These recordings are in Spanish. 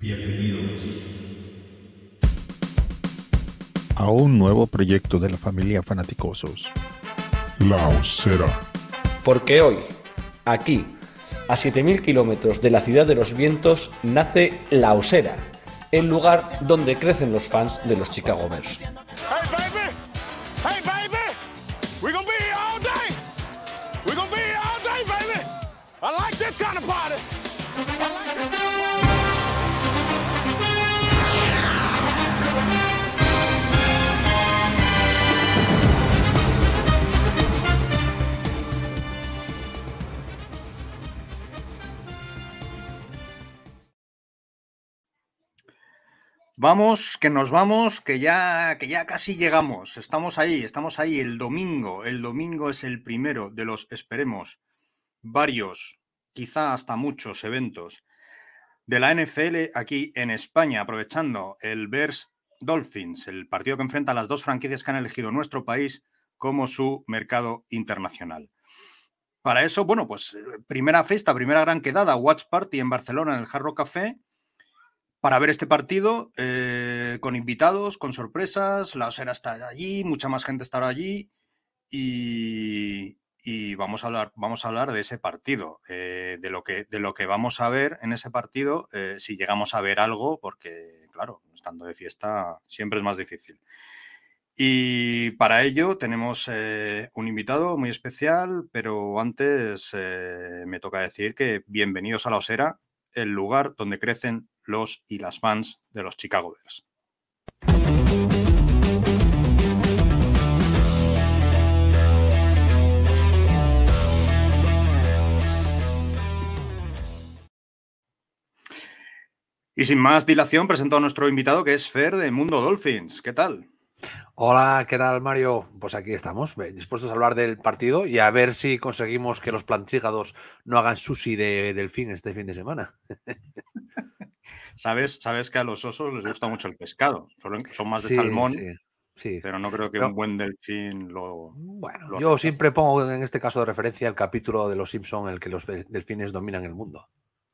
Bienvenidos a un nuevo proyecto de la familia Fanaticosos, La Osera. Porque hoy, aquí, a 7.000 kilómetros de la ciudad de los vientos, nace La Osera, el lugar donde crecen los fans de los Chicago Bears. Hey baby, hey baby, we're gonna be here all day. We're gonna be here all day, baby. I like this kind of party. Vamos, que nos vamos, que ya casi llegamos. Estamos ahí, el domingo. El domingo es el primero de los, esperemos, varios, quizá hasta muchos eventos de la NFL aquí en España, aprovechando el Bears Dolphins, el partido que enfrenta a las dos franquicias que han elegido nuestro país como su mercado internacional. Para eso, bueno, pues primera fiesta, primera gran quedada, Watch Party en Barcelona, en el Hard Rock Café, para ver este partido con invitados, con sorpresas. La Osera estará allí, mucha más gente estará allí y vamos a hablar de ese partido, de lo que vamos a ver en ese partido, si llegamos a ver algo, porque claro, estando de fiesta siempre es más difícil. Y para ello tenemos un invitado muy especial, pero antes me toca decir que bienvenidos a La Osera, el lugar donde crecen los y las fans de los Chicago Bears. Y sin más dilación, presento a nuestro invitado, que es Fer de Mundo Dolphins. ¿Qué tal? Hola, ¿qué tal, Mario? Pues aquí estamos, dispuestos a hablar del partido y a ver si conseguimos que los plantrígados no hagan sushi de delfín este fin de semana. Sabes que a los osos les gusta mucho el pescado. Son más de salmón, sí. Pero no creo que un buen delfín lo... Bueno, yo siempre pongo en este caso de referencia el capítulo de Los Simpson en el que los delfines dominan el mundo.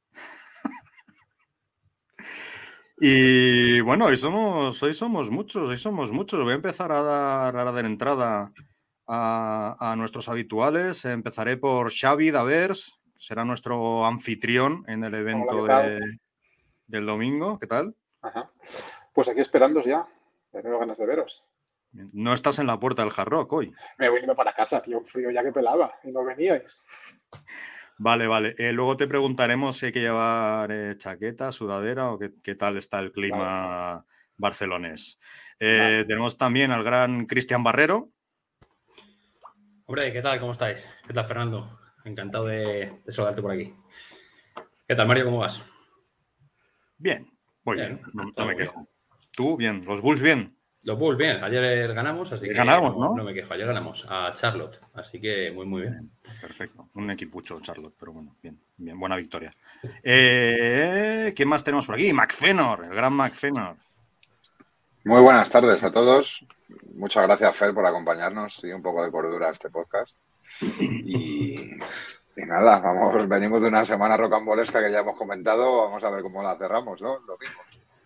Y bueno, hoy somos muchos. Voy a empezar a dar entrada a nuestros habituales. Empezaré por Xavi Davers, será nuestro anfitrión en el evento. Hola, del domingo. ¿Qué tal? Ajá. Pues aquí esperándos ya. Tengo ganas de veros. No estás en la puerta del Hard Rock hoy. Me voy a ir para casa, tío. Un frío ya que pelaba y no veníais. Vale. Luego te preguntaremos si hay que llevar chaqueta, sudadera o qué tal está el clima barcelonés. Tenemos también al gran Cristian Barrero. Hombre, ¿qué tal? ¿Cómo estáis? ¿Qué tal, Fernando? Encantado de saludarte por aquí. ¿Qué tal, Mario? ¿Cómo vas? Bien, muy bien. No me quejo. ¿Tú? Bien. ¿Los Bulls bien? Los Bulls bien. Ayer ganamos, así que no me quejo. Ayer ganamos a Charlotte, así que muy bien. Perfecto. Un equipucho Charlotte, pero bueno, bien. Buena victoria. ¿Qué más tenemos por aquí? McFenor, el gran McFenor. Muy buenas tardes a todos. Muchas gracias, Fer, por acompañarnos y un poco de cordura a este podcast. Y nada, venimos de una semana rocambolesca que ya hemos comentado. Vamos a ver cómo la cerramos, ¿no? Lo mismo.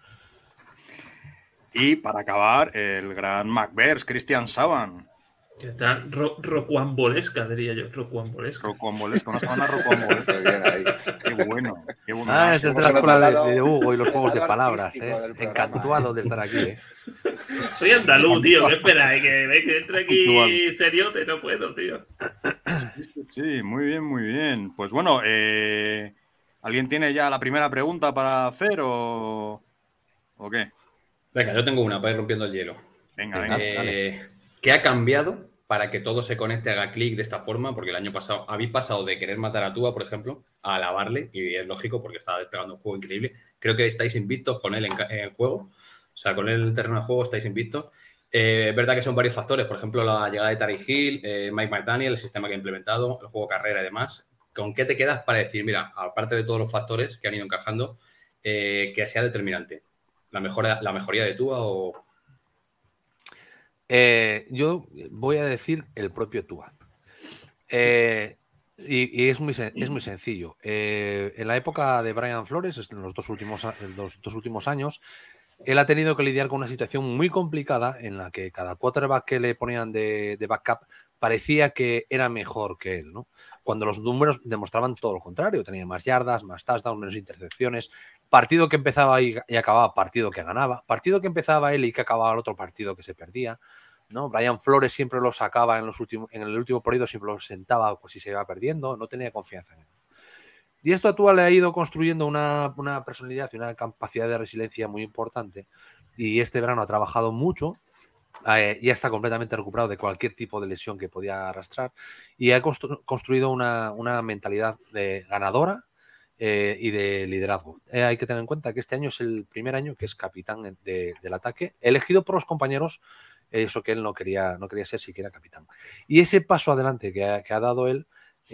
Y para acabar, el gran McBears, Cristian Saban. ¿Qué tal? Rocuambolesca, diría yo. Rocuambolesca, una semana rocuambolesca. Bien ahí. Qué bueno. Esto es de la escuela de Hugo y los juegos de palabras, Encantado de estar aquí, Soy andaluz, tío. ¿Qué esperáis? Que entre aquí seriote, no puedo, tío. Sí, muy bien. Pues bueno, ¿alguien tiene ya la primera pregunta para hacer o qué? Venga, yo tengo una para ir rompiendo el hielo. Venga, dale. ¿Qué ha cambiado para que todo se conecte, haga clic de esta forma? Porque el año pasado habéis pasado de querer matar a Tua, por ejemplo, a alabarle, y es lógico porque estaba desplegando un juego increíble. Creo que estáis invictos con él en juego. O sea, con él en el terreno de juego estáis invictos. Es verdad que son varios factores. Por ejemplo, la llegada de Tyreek Hill, Mike McDaniel, el sistema que ha implementado, el juego carrera y demás. ¿Con qué te quedas para decir, mira, aparte de todos los factores que han ido encajando, que sea determinante? ¿La mejoría de Tua o...? Yo voy a decir el propio Tua. Y es muy sencillo. En la época de Brian Flores, en los dos últimos años, él ha tenido que lidiar con una situación muy complicada en la que cada quarterback que le ponían de backup parecía que era mejor que él, ¿no? Cuando los números demostraban todo lo contrario. Tenía más yardas, más touchdowns, menos intercepciones. Partido que empezaba y acababa, partido que ganaba. Partido que empezaba él y que acababa el otro partido que se perdía, ¿no? Brian Flores siempre lo sacaba en el último periodo, siempre lo sentaba pues, si se iba perdiendo, no tenía confianza en él. Y esto a Tua le ha ido construyendo una personalidad y una capacidad de resiliencia muy importante. Y este verano ha trabajado mucho, ya está completamente recuperado de cualquier tipo de lesión que podía arrastrar y ha construido una mentalidad ganadora y de liderazgo. Hay que tener en cuenta que este año es el primer año que es capitán del ataque, elegido por los compañeros, eso que él no quería ser siquiera capitán. Y ese paso adelante que ha dado él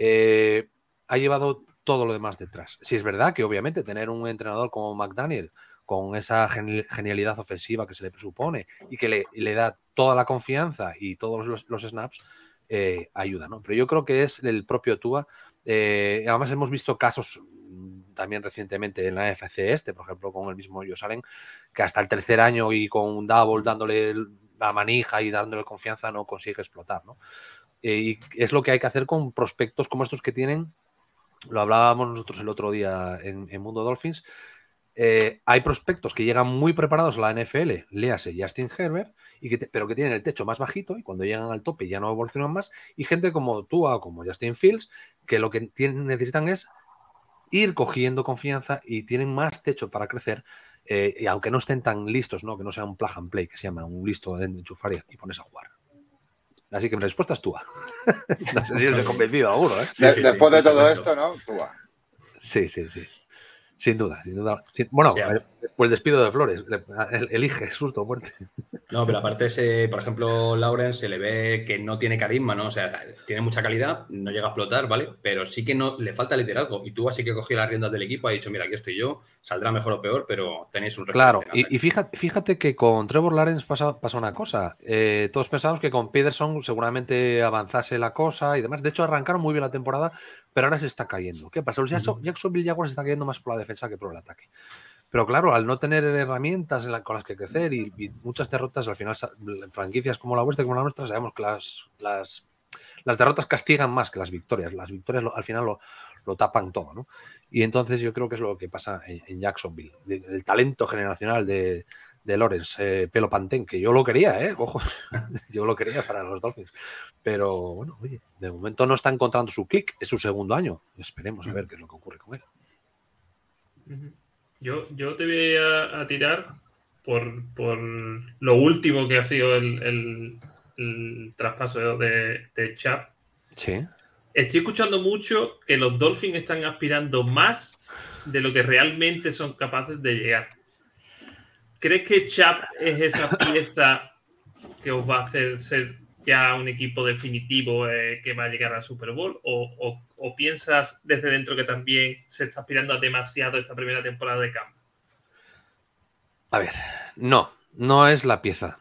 ha llevado todo lo demás detrás. Sí es verdad que obviamente tener un entrenador como McDaniel con esa genialidad ofensiva que se le presupone y que le da toda la confianza y todos los snaps, ayuda, ¿no? Pero yo creo que es el propio Tua. Además hemos visto casos también recientemente en la AFC por ejemplo, con el mismo Josh Allen, que hasta el tercer año y con un double dándole la manija y dándole confianza no consigue explotar, ¿no? Y es lo que hay que hacer con prospectos como estos que tienen. Lo hablábamos nosotros el otro día en Mundo Dolphins. Hay prospectos que llegan muy preparados a la NFL, léase Justin Herbert, pero que tienen el techo más bajito y cuando llegan al tope ya no evolucionan más, y gente como Tua o como Justin Fields, que lo que necesitan es ir cogiendo confianza y tienen más techo para crecer, y aunque no estén tan listos, ¿no? Que no sea un plug and play, que se llama un listo de enchufar y pones a jugar. Así que mi respuesta es Tua. No sé si él se ha convencido alguno, ¿eh? Después de todo esto, ¿no? Tua. Sí. Sin duda. Bueno, sí, pues el despido de Flores. Elige susto o muerte. No, pero aparte, por ejemplo, Lawrence se le ve que no tiene carisma, ¿no? O sea, tiene mucha calidad, no llega a explotar, ¿vale? Pero sí que no le falta liderazgo. Y tú así que cogió las riendas del equipo, ha dicho, mira, aquí estoy yo, saldrá mejor o peor, pero tenéis un referente. Claro, y fíjate que con Trevor Lawrence pasa una cosa. Todos pensamos que con Peterson seguramente avanzase la cosa y demás. De hecho, arrancaron muy bien la temporada, pero ahora se está cayendo. ¿Qué pasa? Los Jacksonville Jaguars se están cayendo más por la defensa que por el ataque. Pero claro, al no tener herramientas con las que crecer y muchas derrotas, al final, en franquicias como la vuestra y como la nuestra, sabemos que las derrotas castigan más que las victorias. Las victorias al final lo tapan todo, ¿no? Y entonces yo creo que es lo que pasa en Jacksonville. El talento generacional de Lawrence, pelo pantén, que yo lo quería, ojo, yo lo quería para los Dolphins. Pero bueno, oye, de momento no está encontrando su click, es su segundo año. Esperemos a ver qué es lo que ocurre con él. Yo te voy a tirar por lo último que ha sido el traspaso de Chubb. Sí. Estoy escuchando mucho que los Dolphins están aspirando más de lo que realmente son capaces de llegar. ¿Crees que Chubb es esa pieza que os va a hacer ser ya un equipo definitivo que va a llegar al Super Bowl? ¿O piensas desde dentro que también se está aspirando a demasiado esta primera temporada de campo? A ver, no es la pieza.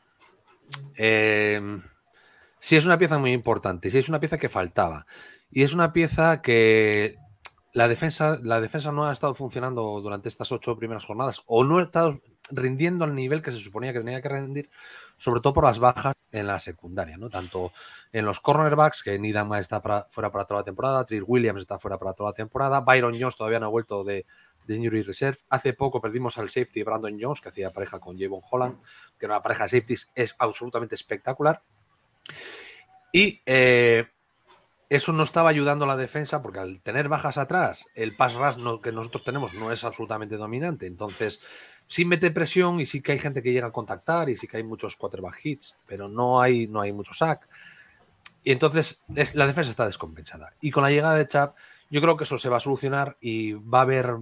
Sí es una pieza muy importante, sí es una pieza que faltaba. Y es una pieza que la defensa no ha estado funcionando durante estas 8 primeras jornadas o no ha estado rindiendo al nivel que se suponía que tenía que rendir, sobre todo por las bajas en la secundaria, ¿no? Tanto en los cornerbacks, que Needham está fuera para toda la temporada, Trill Williams está fuera para toda la temporada, Byron Jones todavía no ha vuelto de Injury Reserve. Hace poco perdimos al safety Brandon Jones, que hacía pareja con Javon Holland, que era una pareja de safeties es absolutamente espectacular. Y eso no estaba ayudando a la defensa porque al tener bajas atrás, el pass rush que nosotros tenemos no es absolutamente dominante. Entonces, sí mete presión y sí que hay gente que llega a contactar y sí que hay muchos quarterback hits, pero no hay mucho sack. Y entonces la defensa está descompensada. Y con la llegada de Chubb, yo creo que eso se va a solucionar y va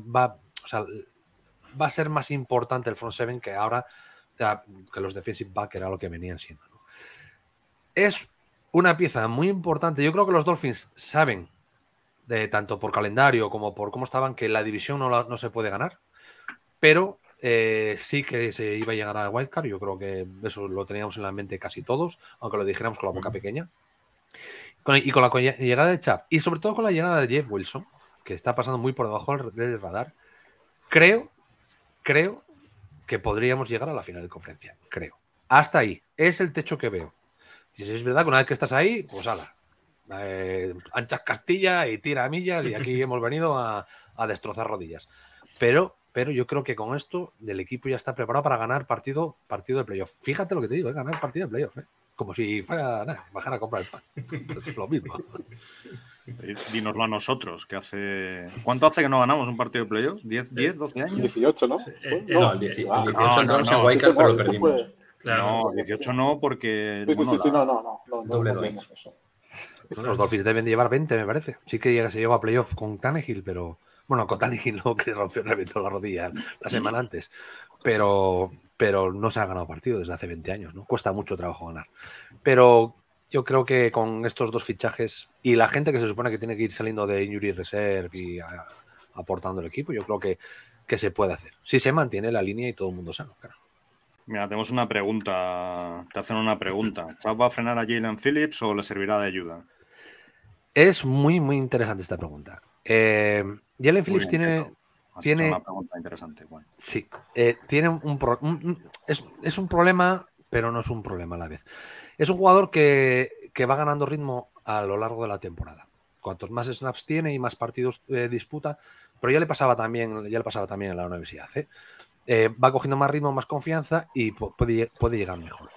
a ser más importante el front seven que ahora, que los defensive back era lo que venían siendo, ¿no? Es una pieza muy importante. Yo creo que los Dolphins saben, tanto por calendario como por cómo estaban, que la división no se puede ganar, pero sí que se iba a llegar a wildcard. Yo creo que eso lo teníamos en la mente casi todos, aunque lo dijéramos con la boca pequeña. Y con la llegada de Chubb, y sobre todo con la llegada de Jeff Wilson, que está pasando muy por debajo del radar, creo que podríamos llegar a la final de conferencia. Creo. Hasta ahí. Es el techo que veo. Si es verdad que una vez que estás ahí, pues ala. Anchas Castilla y tira a millas, y aquí hemos venido a destrozar rodillas. Pero yo creo que con esto el equipo ya está preparado para ganar partido de playoff. Fíjate lo que te digo, ganar partido de playoff. Como si fuera bajar a comprar el pan. Pues es lo mismo. Dínoslo a nosotros, que hace... ¿Cuánto hace que no ganamos un partido de playoff? ¿10, 12 años? 18, ¿no? No, el 18 entramos en Wildcard, pero lo perdimos. No, 18 no, porque... Sí, no. Doble doy. Los Dolphins deben llevar 20, me parece. Sí que se lleva a playoff con Tannehill, pero... Bueno, con Tannehill no, que reventó la rodilla la semana antes. Pero no se ha ganado partido desde hace 20 años, ¿no? Cuesta mucho trabajo ganar. Pero yo creo que con estos dos fichajes y la gente que se supone que tiene que ir saliendo de Injury Reserve y aportando el equipo, yo creo que se puede hacer. Si se mantiene la línea y todo el mundo sano, claro. Mira, tenemos una pregunta. Te hacen una pregunta. ¿Chubb va a frenar a Jalen Phillips o le servirá de ayuda? Es muy, muy interesante esta pregunta. Jalen Phillips tiene una pregunta interesante. Bueno. Sí, tiene es un problema, pero no es un problema a la vez. Es un jugador que va ganando ritmo a lo largo de la temporada. Cuantos más snaps tiene y más partidos disputa, pero ya le pasaba también en la universidad. Va cogiendo más ritmo, más confianza y puede llegar mejor.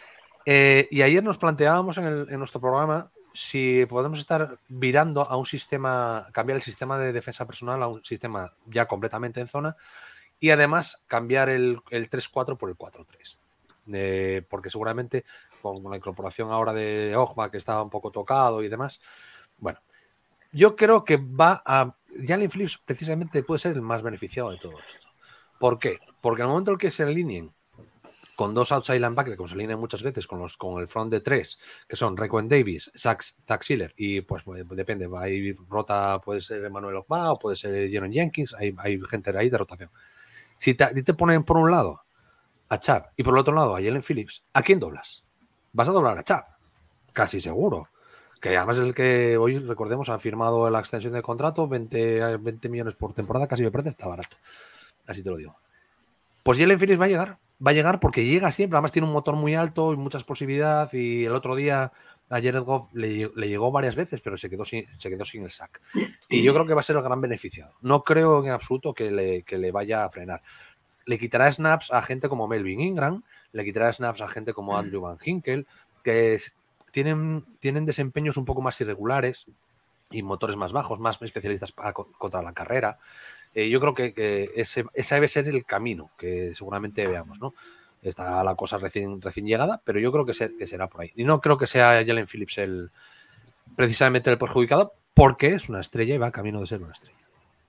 Y ayer nos planteábamos en nuestro programa si podemos estar virando a un sistema, cambiar el sistema de defensa personal a un sistema ya completamente en zona y además cambiar el 3-4 por el 4-3. Porque seguramente con la incorporación ahora de Ojma, que estaba un poco tocado y demás, bueno, yo creo que Jalen Phillips precisamente puede ser el más beneficiado de todo esto. ¿Por qué? Porque en el momento en el que se alineen con dos outside linebackers, como se alinean muchas veces con el front de 3, que son Raekwon Davis, Zach Siller, y pues depende, ahí rota, puede ser Emmanuel Ogba o puede ser Jaren Jenkins, hay gente ahí de rotación. Si te ponen por un lado a Chubb y por el otro lado a Jalen Phillips, ¿a quién doblas? Vas a doblar a Chubb, casi seguro. Que además es el que hoy, recordemos, ha firmado la extensión de contrato, 20 millones por temporada, casi me parece, está barato. Así te lo digo. Pues Jalen Phillips va a llegar porque llega siempre, además tiene un motor muy alto y mucha explosividad, y el otro día a Jared Goff le llegó varias veces, pero se quedó sin el sack. Y yo creo que va a ser el gran beneficiado. No creo en absoluto que le vaya a frenar. Le quitará snaps a gente como Melvin Ingram, le quitará snaps a gente como Andrew Van Ginkel, que tienen desempeños un poco más irregulares y motores más bajos, más especialistas contra la carrera. Yo creo que ese debe ser el camino que seguramente veamos, ¿no? Está la cosa recién llegada, pero yo creo que será por ahí. Y no creo que sea Jalen Phillips precisamente el perjudicado, porque es una estrella y va camino de ser una estrella.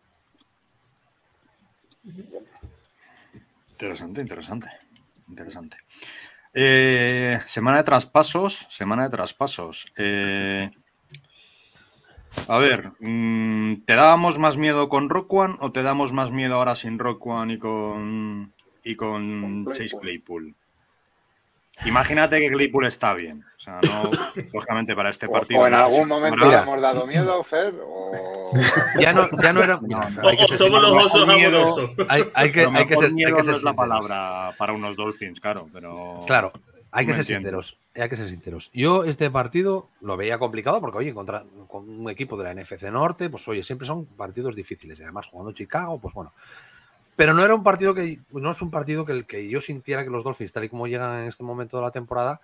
Interesante. Semana de traspasos. A ver, ¿te dábamos más miedo con Rock One o te damos más miedo ahora sin Rock One y con Chase Claypool? Imagínate que Claypool está bien. O sea, no, lógicamente para este partido. O en algún momento le hemos dado miedo, Fer, o... Ya no era... somos los osos amorosos. Hay que ser no es la palabra para unos Dolphins, claro, pero... Claro. Hay que ser sinceros. Yo este partido lo veía complicado porque, oye, con un equipo de la NFC Norte, pues oye, siempre son partidos difíciles. Y además jugando Chicago, pues bueno. Pero no es un partido que el que yo sintiera que los Dolphins, tal y como llegan en este momento de la temporada,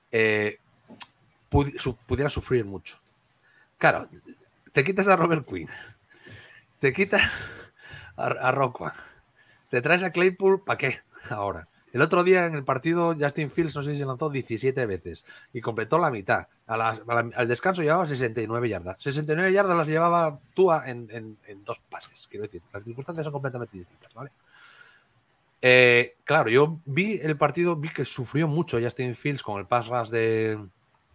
pudiera sufrir mucho. Claro, te quitas a Robert Quinn, te quitas a Rock One, te traes a Claypool, ¿para qué ahora? El otro día en el partido Justin Fields no sé si se lanzó 17 veces y completó la mitad. Al descanso llevaba 69 yardas. 69 yardas las llevaba Tua en 2 pases. Quiero decir, las circunstancias son completamente distintas, ¿vale? Claro, yo vi el partido, vi que sufrió mucho Justin Fields con el pass rush de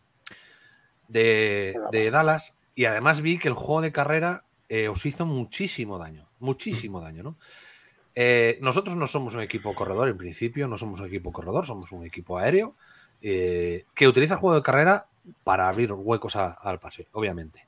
Dallas, y además vi que el juego de carrera os hizo muchísimo daño, ¿no? Nosotros no somos un equipo corredor, en principio, no somos un equipo corredor, somos un equipo aéreo que utiliza el juego de carrera para abrir huecos al pase, obviamente.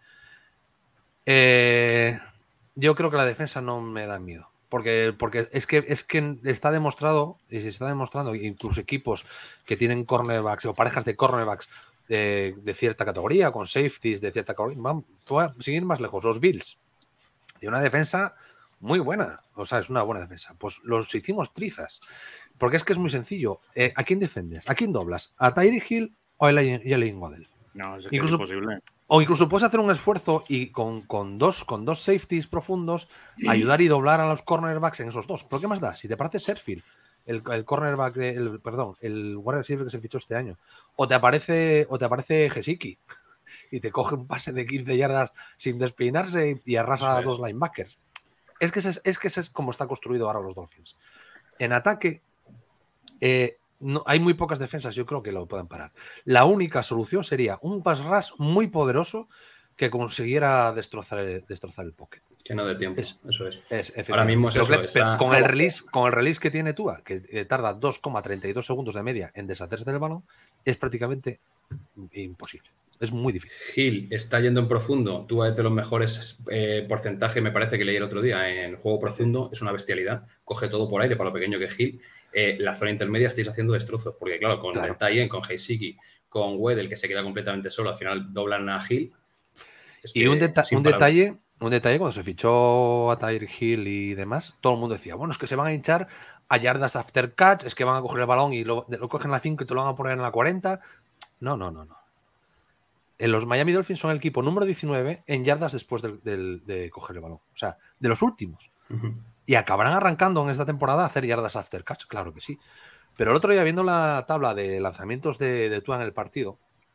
Yo creo que la defensa no me da miedo. Porque es que está demostrado, y se está demostrando, incluso equipos que tienen cornerbacks o parejas de cornerbacks de cierta categoría, con safeties de cierta categoría, vamos a seguir más lejos. Los Bills, de una defensa muy buena, o sea, es una buena defensa. Pues los hicimos trizas. Porque es que es muy sencillo. ¿A quién defendes? ¿A quién doblas? ¿A Tyreek Hill o a Jalen Waddell? No, es que Incluso, es imposible. O incluso puedes hacer un esfuerzo y con dos safeties profundos ayudar y doblar a los cornerbacks en esos dos. ¿Pero qué más da? Si te parece Sherfield, el cornerback, el wide receiver que se fichó este año, o te aparece Gesicki y te coge un pase de 15 yardas sin despeinarse y arrasa a dos linebackers. Es que ese es como está construido ahora los Dolphins. En ataque, no, hay muy pocas defensas, yo creo que lo pueden parar. La única solución sería un pass rush muy poderoso que consiguiera destrozar el pocket. Que no dé tiempo, eso es. Ahora mismo es eso. Con el release que tiene Tua, que tarda 2,32 segundos de media en deshacerse del balón, es prácticamente imposible. Es muy difícil. Hill está yendo en profundo. Tua es de los mejores porcentajes, me parece que leí el otro día, en juego profundo. Es una bestialidad. Coge todo por aire para lo pequeño que es Hill. La zona intermedia estáis haciendo destrozos, porque claro, con el tie-in, con Gesicki, con Weddle, que se queda completamente solo, al final doblan a Hill. Y un detalle, cuando se fichó a Tyreek Hill y demás, todo el mundo decía, bueno, es que se van a hinchar a yardas after catch, es que van a coger el balón y lo cogen a la 5 y te lo van a poner en la 40. No. Los Miami Dolphins son el equipo número 19 en yardas después de coger el balón. O sea, de los últimos. Y acabarán arrancando en esta temporada a hacer yardas after catch, claro que sí. Pero el otro día, viendo la tabla de lanzamientos de Tua en el partido,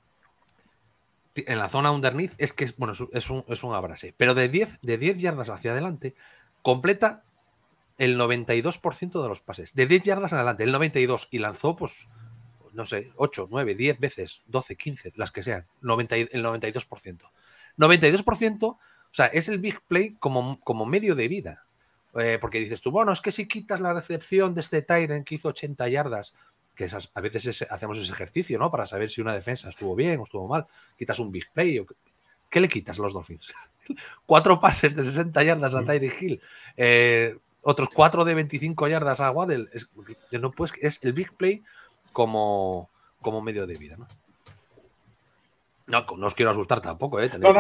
en la zona underneath, es que es un abrase. Pero de 10 yardas hacia adelante, completa el 92% de los pases. De 10 yardas en adelante, el 92%. Y lanzó, pues, no sé, 8, 9, 10 veces, 12, 15, las que sean. El 92%. 92%, o sea, es el big play como medio de vida. Porque dices tú, bueno, es que si quitas la recepción de este Tyrant que hizo 80 yardas, que a veces hacemos ese ejercicio, ¿no? Para saber si una defensa estuvo bien o estuvo mal. Quitas un big play. ¿Qué le quitas a los Dolphins? 4 pases de 60 yardas a Tyreek Hill. Otros 4 de 25 yardas a Waddell. Es el big play como medio de vida, ¿no? No os quiero asustar tampoco, ¿eh? No,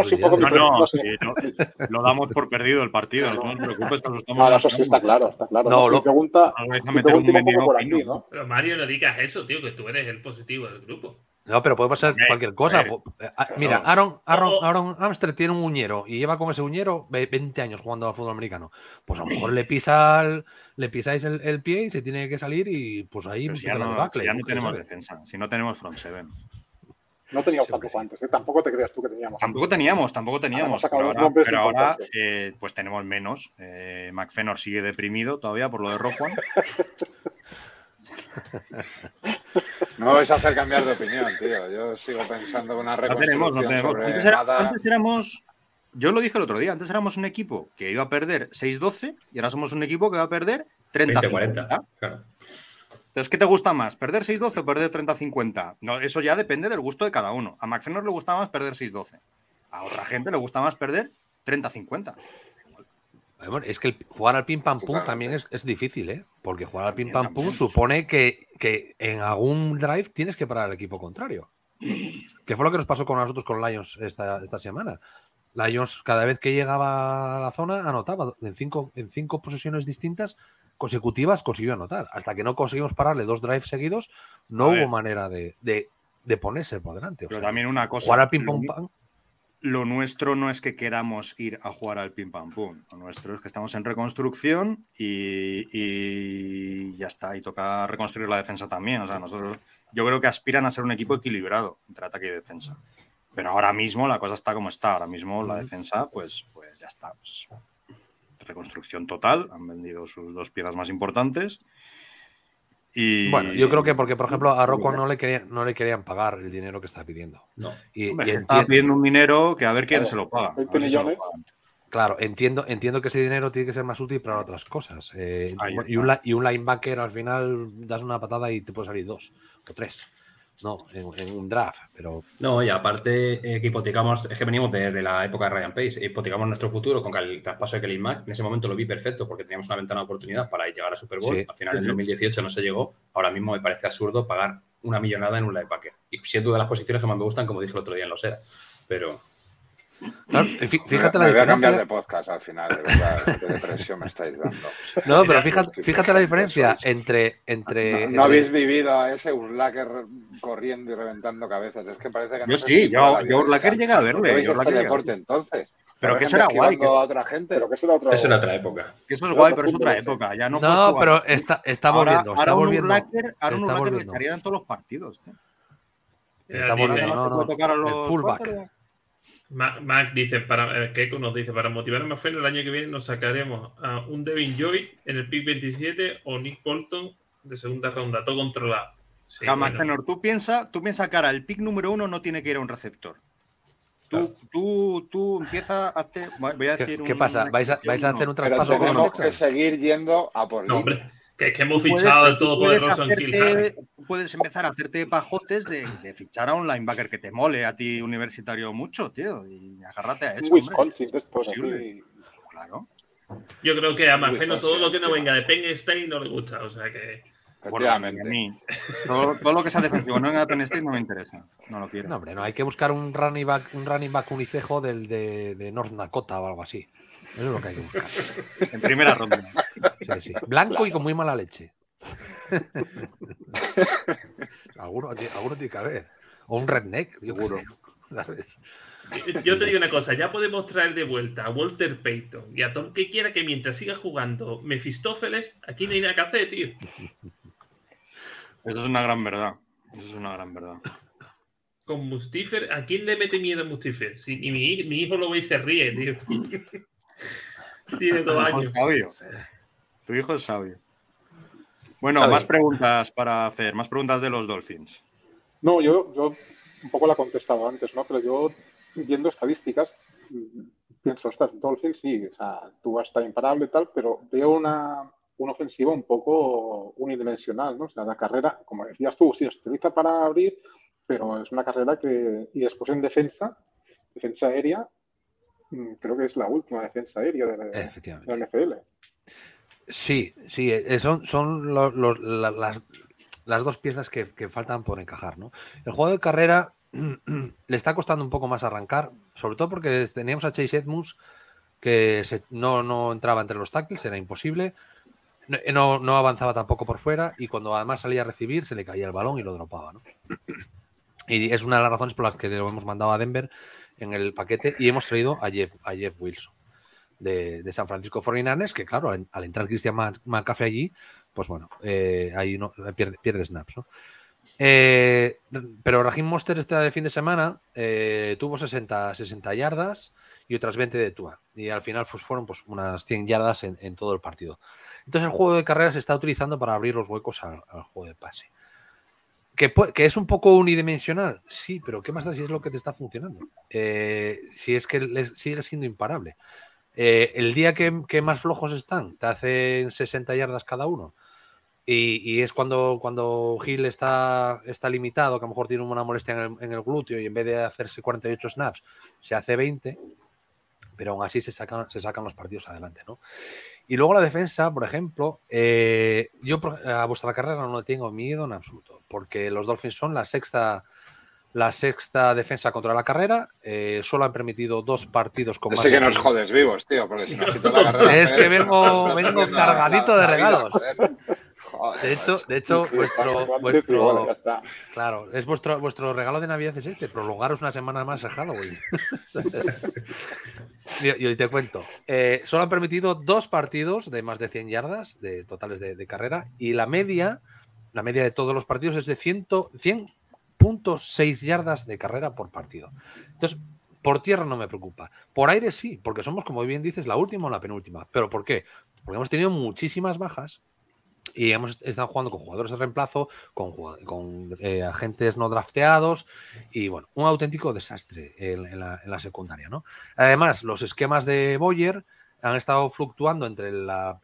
lo damos por perdido el partido, no te preocupes, que asustamos. Eso sí está claro. No, mi pregunta, vais a meter un meneo por aquí, ¿no? Pero Mario, no digas eso, tío, que tú eres el positivo del grupo. No, pero puede pasar cualquier cosa. Mira, Aaron Armstead tiene un uñero y lleva con ese uñero 20 años jugando al fútbol americano. Pues a lo mejor le pisáis el pie y se tiene que salir y pues ahí... Pero si ya no tenemos defensa, si no tenemos front seven. No teníamos tampoco antes, ¿eh? Tampoco te creas tú que teníamos. Tampoco teníamos. Pero ahora pues tenemos menos. McFenor sigue deprimido todavía por lo de Roquan. No vais a hacer cambiar de opinión, tío. Yo sigo pensando en una reconstrucción. No tenemos. Antes éramos... Yo lo dije el otro día. Antes éramos un equipo que iba a perder 6-12 y ahora somos un equipo que va a perder 30-40. Claro. Entonces, ¿qué te gusta más? ¿Perder 6-12 o perder 30-50? No, eso ya depende del gusto de cada uno. A McFenor le gusta más perder 6-12. A otra gente le gusta más perder 30-50. Bueno, es que jugar al pim pam pum también es difícil, ¿eh? Porque jugar al pim pam pum supone que en algún drive tienes que parar al equipo contrario. Que fue lo que nos pasó con nosotros con Lions esta semana. Lions, cada vez que llegaba a la zona, anotaba. En cinco posesiones distintas consecutivas consiguió anotar. Hasta que no conseguimos pararle 2 drives seguidos, no hubo manera de ponerse por delante. Pero también una cosa. Jugar al pim pam pum. Lo nuestro no es que queramos ir a jugar al pim pam pum. Lo nuestro es que estamos en reconstrucción y ya está. Y toca reconstruir la defensa también. O sea, yo creo que aspiran a ser un equipo equilibrado entre ataque y defensa. Pero ahora mismo la cosa está como está. Ahora mismo la defensa, pues ya está. Pues, reconstrucción total. Han vendido sus 2 piezas más importantes. Y... Bueno, yo creo que porque, por ejemplo, a Rocco no le querían pagar el dinero que está pidiendo. No. Está pidiendo un dinero que a ver quién se lo paga. 20 millones. Claro, entiendo que ese dinero tiene que ser más útil para otras cosas. Y un linebacker al final das una patada y te puede salir 2 o 3. No, en un draft, pero... No, y aparte que hipotecamos, es que venimos de la época de Ryan Pace, hipotecamos nuestro futuro con el traspaso de Khalil Mack. En ese momento lo vi perfecto porque teníamos una ventana de oportunidad para llegar a Super Bowl. Sí, Al final, en 2018 no se llegó. Ahora mismo me parece absurdo pagar una millonada en un linebacker. Y siendo de las posiciones que más me gustan, como dije el otro día en Losera. Pero... Claro, fíjate la me voy a cambiar diferencia. de podcast al final, de verdad, qué depresión me estáis dando. No, pero fíjate la diferencia entre... No habéis vivido a ese Urlacher corriendo y reventando cabezas. Es que parece que no Yo se sí, sitúa la yo violencia. Urlacher llega a verle. ¿Por qué veis yo este Urlacher deporte llega- entonces? Pero ¿Hay que gente será guay. esquivando a otra gente? Pero que eso era otra. Eso era otra época. Que eso es guay, Otro pero es otra fútbol, sí. época. Ya no puedes No, jugar. pero está volviendo. Ahora Está un volviendo. Urlacher Está le volviendo. echaría en todos los partidos. Tío. Está Dice- volviendo, no, ¿Puede tocar a el los fullback. quarterbacks? Mac dice, Keiko nos dice, para motivar a Mafén el año que viene nos sacaremos a un Devin Joy en el pick 27 o Nick Bolton de segunda ronda, todo controlado. Sí, Jamás, bueno. Tenor, tú piensa que ahora el pick número 1 no tiene que ir a un receptor. Tú empieza a hacer. Voy a decir ¿Qué pasa? ¿Vais a hacer un Pero traspaso con los tenemos que Texans? seguir yendo a por No, línea. hombre, que es que hemos Puedes- fichado el tú todopoderoso en Kill Harry. puedes empezar a hacerte pajotes de fichar a un linebacker que te mole a ti universitario mucho, tío. Y agárrate a Un eso. hombre. Wisconsin de estos Posible. así. Claro. Yo creo que a Marfeno Wisconsin, todo lo que no encima. venga de Penn State no le gusta, o sea que... Bueno, a Efectivamente. mí. Todo lo que sea defensivo no venga de Penn State no me interesa. No lo quiero. No, hombre, no, hay que buscar un running back unicejo de North Dakota o algo así. Eso es lo que hay que buscar. En primera ronda. Sí, sí. Blanco y con muy mala leche. alguno tiene que haber. O un redneck, yo qué sé, ¿sabes? Yo te digo una cosa, ya podemos traer de vuelta a Walter Payton y a todo el que quiera que mientras siga jugando Mefistófeles, aquí no hay nada que hacer, tío. Eso es una gran verdad. Eso es una gran verdad. Con Mustifer, ¿a quién le mete miedo a Mustifer? Si, y mi hijo lo ve y se ríe, tío. Tiene 2 Tu hijo años. es sabio. Tu hijo es sabio. Bueno, Sabe. más preguntas para hacer. Más preguntas de los Dolphins. No, yo un poco la he contestado antes, ¿no? Pero yo, viendo estadísticas, pienso, ostras, Dolphins sí, o sea, tú está imparable y tal, pero veo una ofensiva un poco unidimensional, ¿no? O sea, la carrera, como decías tú, sí, se utiliza para abrir, pero es una carrera que... Y después en defensa aérea, creo que es la última defensa aérea de la Efectivamente. NFL. Sí, son las dos piezas que faltan por encajar, ¿no? El juego de carrera le está costando un poco más arrancar, sobre todo porque teníamos a Chase Edmonds que no entraba entre los tackles, era imposible, no avanzaba tampoco por fuera y cuando además salía a recibir se le caía el balón y lo dropaba, ¿no? Y es una de las razones por las que lo hemos mandado a Denver en el paquete y hemos traído a Jeff Wilson de San Francisco 49ers, que claro, al entrar Christian McCaffrey allí, pues bueno, ahí no, pierde snaps, ¿no? Pero Raheem Mostert este fin de semana tuvo 60 yardas y otras 20 de Tua. Y al final pues, fueron pues, unas 100 yardas en todo el partido. Entonces el juego de carreras se está utilizando para abrir los huecos al juego de pase. ¿Que es un poco unidimensional? Sí, pero ¿qué más da si es lo que te está funcionando? Si es que sigue siendo imparable. El día que más flojos están, te hacen 60 yardas cada uno. Y es cuando Hill está limitado, que a lo mejor tiene una molestia en el glúteo y en vez de hacerse 48 snaps, se hace 20, pero aún así se sacan los partidos adelante, ¿no? Y luego la defensa, por ejemplo, yo a vuestra carrera no le tengo miedo en absoluto, porque los Dolphins son la sexta defensa contra la carrera, solo han permitido 2 partidos con más Sí de que nos 100. jodes vivos, tío, porque si nos quito la carrera... Es que vengo cargadito de regalos. Joder, De hecho, Sí, sí, bueno, ya está. claro, es vuestro regalo de Navidad es este, prolongaros una semana más a Halloween. Y hoy te cuento. Solo han permitido 2 partidos de más de 100 yardas de totales de carrera y la media de todos los partidos es de 100.6 yardas de carrera por partido. Entonces, por tierra no me preocupa. Por aire sí, porque somos, como bien dices, la última o la penúltima. ¿Pero por qué? Porque hemos tenido muchísimas bajas y hemos estado jugando con jugadores de reemplazo, con agentes no drafteados y, bueno, un auténtico desastre en la secundaria, ¿no? Además, los esquemas de Boyer han estado fluctuando entre la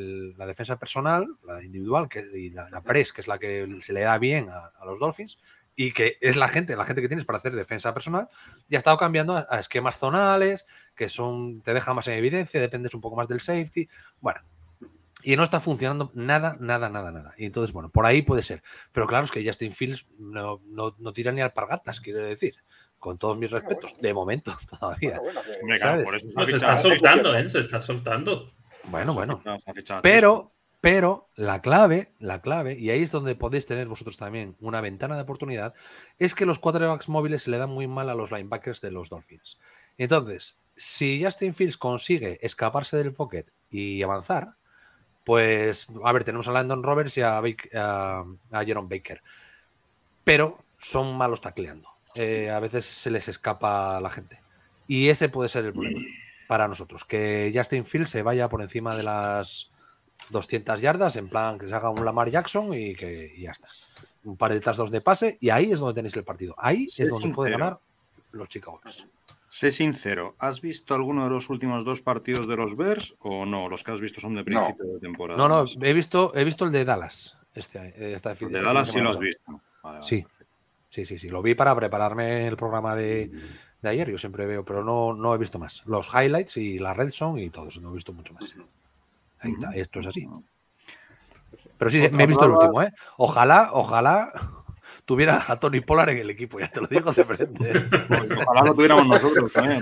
defensa personal, la individual y la press, que es la que se le da bien a los Dolphins, y que es la gente que tienes para hacer defensa personal, ya ha estado cambiando a esquemas zonales, que te deja más en evidencia, dependes un poco más del safety. Bueno, y no está funcionando nada. Y entonces, bueno, por ahí puede ser. Pero claro, es que Justin Fields no tira ni alpargatas, quiero decir. Con todos mis respetos, de momento todavía. Hombre, claro, por eso se está soltando, ¿eh? Se está soltando. Bueno. Pero la clave, y ahí es donde podéis tener vosotros también una ventana de oportunidad, es que los quarterbacks móviles se le dan muy mal a los linebackers de los Dolphins. Entonces, si Justin Fields consigue escaparse del pocket y avanzar, pues, a ver, tenemos a Landon Roberts y a Jerome Baker. Pero son malos tacleando. A veces se les escapa a la gente. Y ese puede ser el problema para nosotros. Que Justin Fields se vaya por encima de las 200 yardas, en plan que se haga un Lamar Jackson y ya está. Un par de touchdowns de pase y ahí es donde tenéis el partido. Ahí es donde puede ganar los Chicago Bears. Sé sincero, ¿has visto alguno de los últimos 2 partidos de los Bears o no? Los que has visto son de principio de temporada. No, he visto el de Dallas. El de Dallas sí lo has visto. Vale, sí. Lo vi para prepararme el programa de ayer. Yo siempre veo, pero no he visto más. Los highlights y la red zone y todo eso. No he visto mucho más. Ahí está, esto es así. Pero sí, me he visto el último, ¿eh? Ojalá tuviera a Tony Pollard en el equipo, ya te lo digo de frente. Ojalá lo tuviéramos nosotros también.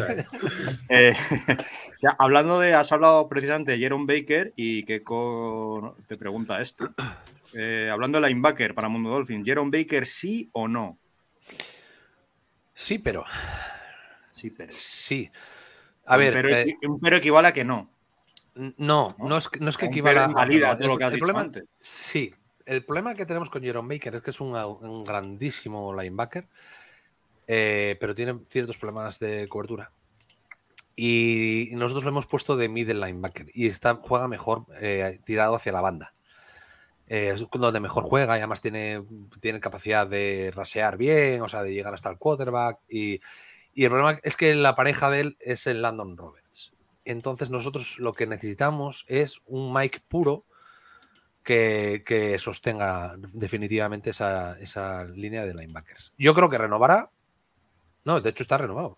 Has hablado precisamente de Jerome Baker y que te pregunta esto. Hablando de linebacker para Mundo Dolphin, ¿Jerome Baker sí o no? Sí, pero. Sí. A ver. Un pero equivale a que no. No es que equivala a todo lo que has dicho antes. Sí. El problema que tenemos con Jerome Baker es que es un grandísimo linebacker, pero tiene ciertos problemas de cobertura. Y nosotros lo hemos puesto de middle linebacker y juega mejor tirado hacia la banda. Es donde mejor juega y además tiene capacidad de rasear bien, o sea, de llegar hasta el quarterback. Y el problema es que la pareja de él es el Landon Roberts. Entonces nosotros lo que necesitamos es un Mike puro que sostenga definitivamente esa línea de linebackers. Yo creo que renovará. No, de hecho está renovado.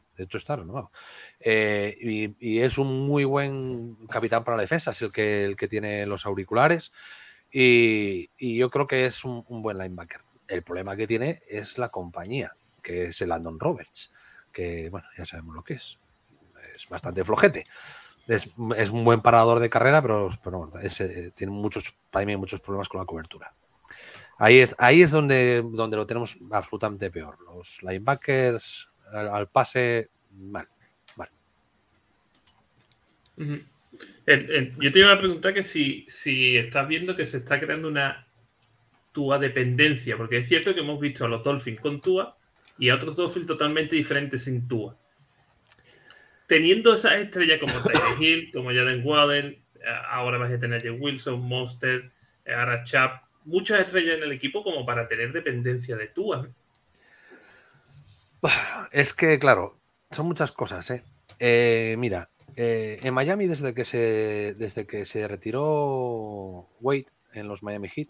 Y es un muy buen capitán para la defensa. Es el que tiene los auriculares. Y yo creo que es un buen linebacker. El problema que tiene es la compañía, que es el Landon Roberts. Que, bueno, ya sabemos lo que es. Es bastante flojete. Es un buen parador de carrera, pero tiene muchos problemas con la cobertura. Ahí es donde lo tenemos absolutamente peor. Los linebackers al pase, mal. Yo te iba a preguntar que si estás viendo que se está creando una Tua dependencia, porque es cierto que hemos visto a los Dolphins con Tua y a otros Dolphins totalmente diferentes sin Tua. Teniendo esas estrellas como Tyreek Hill, como Jalen Waddell, ahora vas a tener a Jay Wilson, Monster, ahora Chap, muchas estrellas en el equipo como para tener dependencia de Tua. Es que, claro, son muchas cosas, mira, en Miami desde que se retiró Wade en los Miami Heat,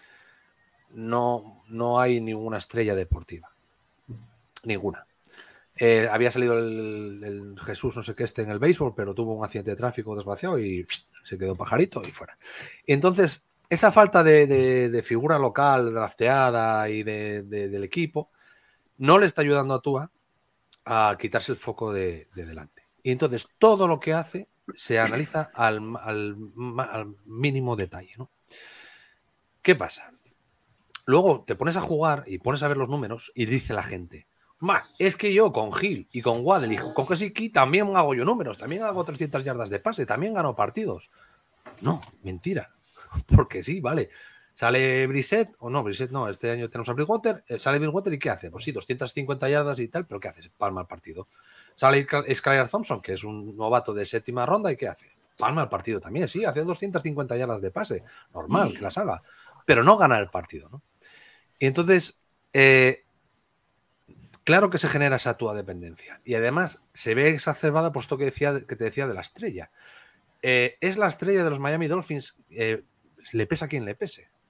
no hay ninguna estrella deportiva. Ninguna. Había salido el Jesús no sé qué en el béisbol, pero tuvo un accidente de tráfico desgraciado y se quedó pajarito y fuera. Y entonces, esa falta de figura local, drafteada y del equipo, no le está ayudando a Tua a quitarse el foco de delante. Y entonces, todo lo que hace se analiza al mínimo detalle, ¿no? ¿Qué pasa? Luego te pones a jugar y pones a ver los números y dice la gente: es que yo con Hill y con Waddell y con Gesicki también hago yo números, también hago 300 yardas de pase, también gano partidos. No, mentira. Porque sí, vale. Sale Brissett, este año tenemos a Bridgewater, sale Bridgewater y ¿qué hace? Pues sí, 250 yardas y tal, pero ¿qué hace? Palma el partido. Sale Skylar Thompson, que es un novato de 7ª ronda, ¿y qué hace? Palma el partido también, sí, hace 250 yardas de pase, normal que las haga, pero no gana el partido, ¿no? Y entonces, claro que se genera esa Tua dependencia. Y además se ve exacerbada por esto que te decía de la estrella. Es la estrella de los Miami Dolphins, le pesa a quien le pese.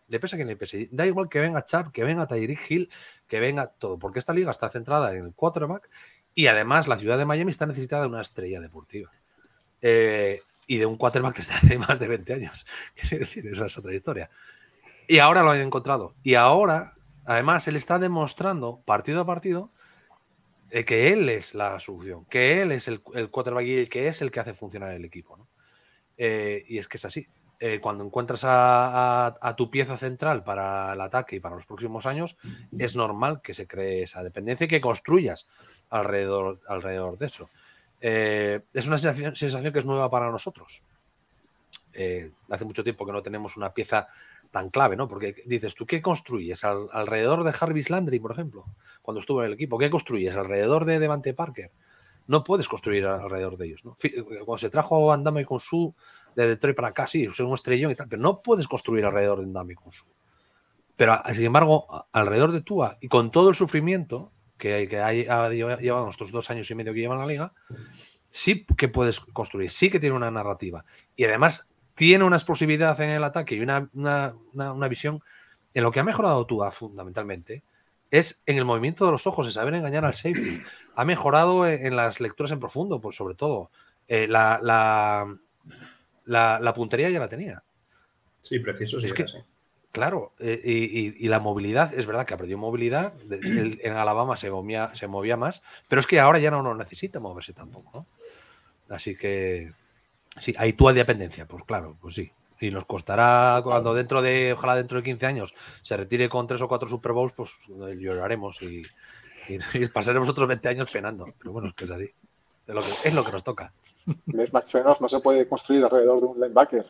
Le pese a quien le pese. Da igual que venga Chubb, que venga Tyreek Hill, que venga todo, porque esta liga está centrada en el quarterback y además la ciudad de Miami está necesitada de una estrella deportiva. Y de un quarterback desde hace más de 20 años. Es decir, esa es otra historia. Y ahora lo han encontrado. Y ahora, además, él está demostrando partido a partido que él es la solución, que él es el quarterback y que es el que hace funcionar el equipo, ¿no? Y es que es así. Cuando encuentras a tu pieza central para el ataque y para los próximos años, es normal que se cree esa dependencia y que construyas alrededor de eso. Es una sensación que es nueva para nosotros. Hace mucho tiempo que no tenemos una pieza tan clave, ¿no? Porque dices, ¿tú qué construyes alrededor de Jarvis Landry, por ejemplo, cuando estuvo en el equipo? ¿Qué construyes alrededor de Devante Parker? No puedes construir alrededor de ellos, ¿no? Cuando se trajo a Ndamukong Suh de Detroit para acá, sí, es un estrellón y tal, pero no puedes construir alrededor de Ndamukong Suh. Pero, sin embargo, alrededor de Tua y con todo el sufrimiento que ha llevado estos 2 años y medio que lleva en la liga, sí que puedes construir, sí que tiene una narrativa. Y además tiene una explosividad en el ataque y una visión. En lo que ha mejorado Tua fundamentalmente es en el movimiento de los ojos, en saber engañar al safety. Ha mejorado en las lecturas en profundo, pues sobre todo. La puntería ya la tenía. Sí, preciso, sí. Es que, claro, y la movilidad, es verdad que ha perdido movilidad. En Alabama se movía más, pero es que ahora ya no necesita moverse tampoco, ¿no? Así que sí, hay Tua de dependencia, pues claro, pues sí. Y nos costará cuando ojalá dentro de 15 años se retire con 3 o 4 Super Bowls, pues lloraremos y pasaremos otros 20 años penando. Pero bueno, es que es así. Es lo que nos toca. Les McFenos no se puede construir alrededor de un linebacker.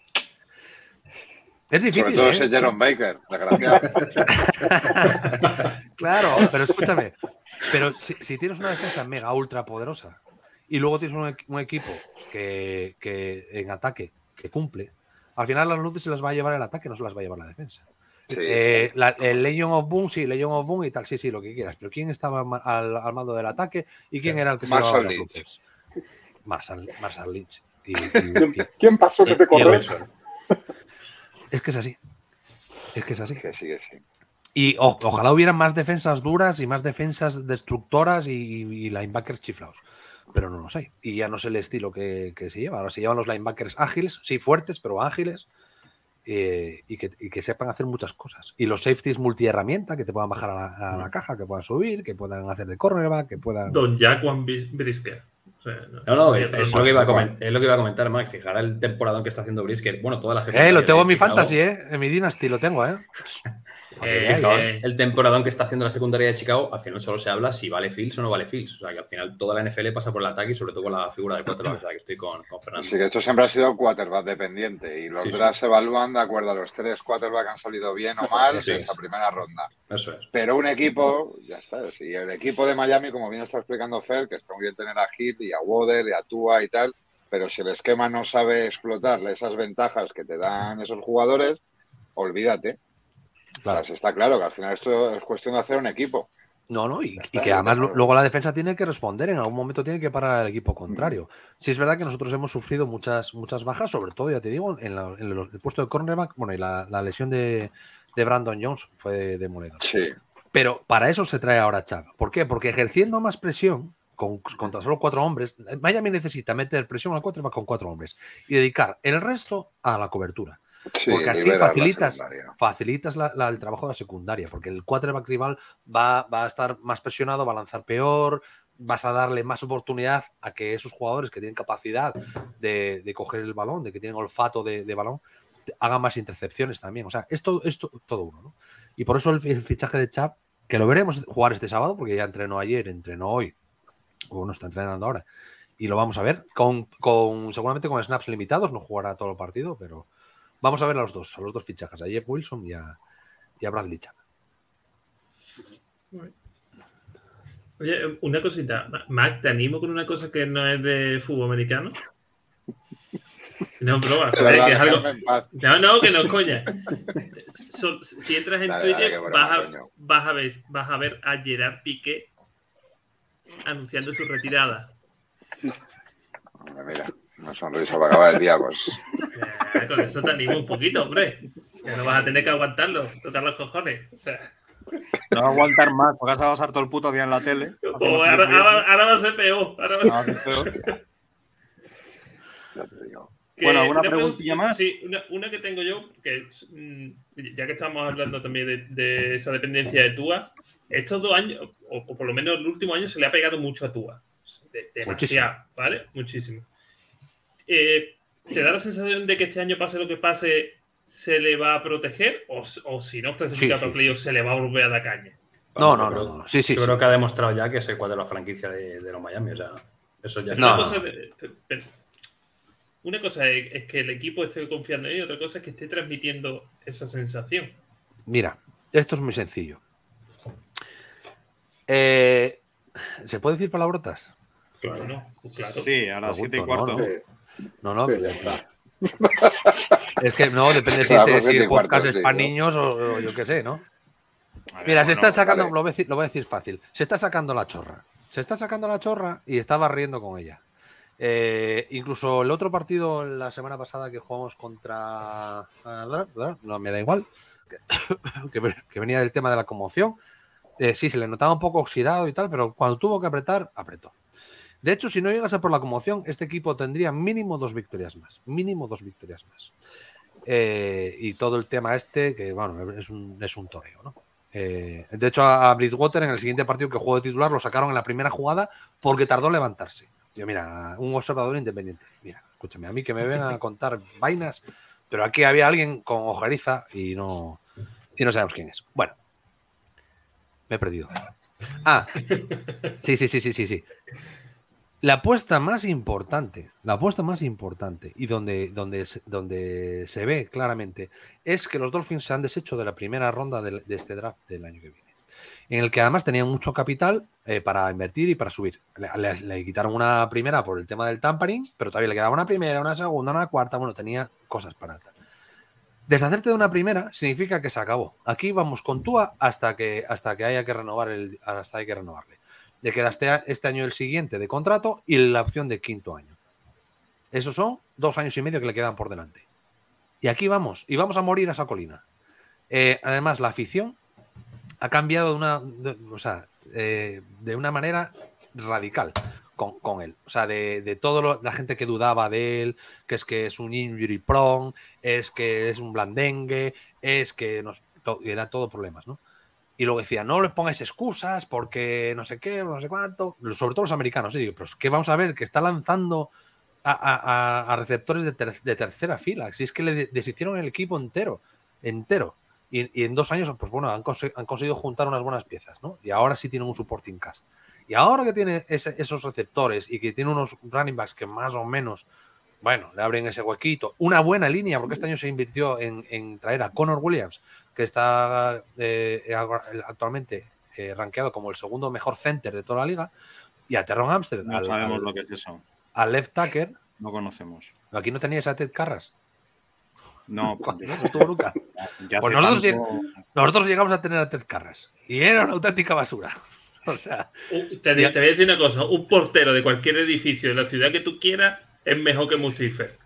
Es difícil. Sobre todo ese Jerome Baker, desgraciado. Claro, pero escúchame. Pero si tienes una defensa mega ultra poderosa y luego tienes un equipo que en ataque que cumple, al final las luces se las va a llevar el ataque, no se las va a llevar la defensa. Sí, el Legion of Boom, sí, Legion of Boom y tal, sí, lo que quieras. Pero ¿quién estaba al mando del ataque y quién era el que se llevaba las luces? Marshall Lynch. ¿Quién pasó que te corrió? Es que es así. Es que es así. Que sí. Y ojalá hubieran más defensas duras y más defensas destructoras y linebackers chiflados. Pero no los hay. Y ya no sé el estilo que se lleva. Ahora se llevan los linebackers ágiles, sí, fuertes, pero ágiles. Y que sepan hacer muchas cosas. Y los safeties multiherramienta, que te puedan bajar a la caja, que puedan subir, que puedan hacer de cornerback, que puedan... Don Jaquan Brisker. O sea, es lo que iba a comentar, Max. Fijará el temporadón que está haciendo Brisker. Bueno, toda la secundaria. Lo tengo en mi fantasy, en mi Dynasty lo tengo, Fijaos, el temporadón que está haciendo la secundaria de Chicago, al final solo se habla si vale Fields o no vale Fields. O sea, que al final toda la NFL pasa por el ataque y sobre todo por la figura de quarterback. O sea, que estoy con Fernando. Sí, que esto siempre ha sido quarterback dependiente y los drafts se evalúan de acuerdo a los 3 quarterbacks que han salido bien o mal en esa primera ronda. Eso es. Pero un equipo, ya está. Si el equipo de Miami, como bien está explicando Fer, que está muy bien tener a Hill y a Waddle y a Tua y tal, pero si el esquema no sabe explotar esas ventajas que te dan esos jugadores, olvídate. Claro. Pues está claro que al final esto es cuestión de hacer un equipo. Y que además luego la defensa tiene que responder, en algún momento tiene que parar al equipo contrario. Sí, es verdad que nosotros hemos sufrido muchas bajas, sobre todo, ya te digo, en el puesto de cornerback, bueno, y la lesión de Brandon Jones fue de moneda. Sí. Pero para eso se trae ahora Chubb. ¿Por qué? Porque ejerciendo más presión contra solo 4 hombres, Miami necesita meter presión al quarterback con 4 hombres y dedicar el resto a la cobertura. Sí, porque así facilitas el trabajo de la secundaria, porque el quarterback rival va a estar más presionado, va a lanzar peor, vas a darle más oportunidad a que esos jugadores que tienen capacidad de coger el balón, de que tienen olfato de balón, hagan más intercepciones también. O sea, esto todo uno, ¿no? Y por eso el fichaje de Chubb, que lo veremos jugar este sábado, porque ya entrenó ayer, entrenó hoy, o no está entrenando ahora, y lo vamos a ver, seguramente con snaps limitados, no jugará todo el partido, pero vamos a ver a los dos fichajes, a Jeff Wilson y a Bradley Chubb. Oye, una cosita. Mac, ¿te animo con una cosa que no es de fútbol americano? No, broma. Que es algo... No, que no es coña. Si entras en Twitter, vas a ver a Gerard Piqué anunciando su retirada. Mira. Una sonrisa para acabar el día, pues. Con eso te animo un poquito, hombre. Que no vas a tener que aguantarlo, tocar los cojones. O sea, No va a aguantar más, porque vas a pasar todo el puto día en la tele. ahora va a ser peor. Ahora va a ser peor. Ya te digo. Bueno, ¿alguna una preguntilla más? Sí, una que tengo yo, que ya que estamos hablando también de esa dependencia de Tua, estos 2 años, o por lo menos el último año, se le ha pegado mucho a Tua. Demasiado, ¿vale? Muchísimo. ¿Te da la sensación de que este año, pase lo que pase, se le va a proteger? ¿O si no clasifica para playoff, se le va a volver a dar caña? No. Sí. Yo creo que ha demostrado ya que es el cuadro de la franquicia de los Miami. O sea, eso ya está. Una cosa es que el equipo esté confiando en él y otra cosa es que esté transmitiendo esa sensación. Mira, esto es muy sencillo. ¿Se puede decir palabrotas? Claro, no. Claro. Sí, a las 7:15. No. Es que no, depende si el podcast es para niños o yo qué sé, ¿no? Mira, se está sacando, lo voy a decir fácil, se está sacando la chorra. Se está sacando la chorra y estaba riendo con ella. Incluso el otro partido la semana pasada que jugamos contra... No me da igual, que venía del tema de la conmoción. Sí, se le notaba un poco oxidado y tal, pero cuando tuvo que apretar, apretó. De hecho, si no llegase por la conmoción, este equipo tendría mínimo 2 victorias más. Y todo el tema que bueno, es un toreo, ¿no? De hecho, a Bridgewater en el siguiente partido que jugó de titular lo sacaron en la primera jugada porque tardó en levantarse. Yo, mira, un observador independiente. Mira, escúchame, a mí que me vengan a contar vainas, pero aquí había alguien con ojeriza y no sabemos quién es. Bueno, me he perdido. Sí. La apuesta más importante y donde se ve claramente es que los Dolphins se han deshecho de la primera ronda de este draft del año que viene, en el que además tenían mucho capital para invertir y para subir. Le quitaron una primera por el tema del tampering, pero todavía le quedaba una primera, una segunda, una cuarta. Bueno, tenía cosas para tal. Deshacerte de una primera significa que se acabó. Aquí vamos con Tua hasta que haya que renovarle. Le queda este año el siguiente de contrato y la opción de 5º año. Esos son 2 años y medio que le quedan por delante. Y aquí vamos. Y vamos a morir a esa colina. Además, la afición ha cambiado de una manera radical con él. O sea, de toda la gente que dudaba de él, que es un injury prone, es que es un blandengue, era todo problemas, ¿no? Y luego decía, no les pongáis excusas porque no sé qué, no sé cuánto. Sobre todo los americanos. Y digo, pero es que vamos a ver que está lanzando a receptores de tercera fila. Si es que le deshicieron el equipo entero. Y en 2 años, pues bueno, han conseguido juntar unas buenas piezas, ¿no? Y ahora sí tienen un supporting cast. Y ahora que tiene esos receptores y que tiene unos running backs que más o menos, bueno, le abren ese huequito. Una buena línea, porque este año se invirtió en traer a Connor Williams, que está actualmente rankeado como el segundo mejor center de toda la liga, y a Terron Armstead. No sabemos lo que es eso. Al left tackle. No conocemos. ¿Aquí no teníais a Ted Carras? No. No estuvo nunca. Pues nosotros llegamos a tener a Ted Carras y era una auténtica basura. O sea, te voy a decir una cosa, un portero de cualquier edificio de la ciudad que tú quieras es mejor que Mustífer.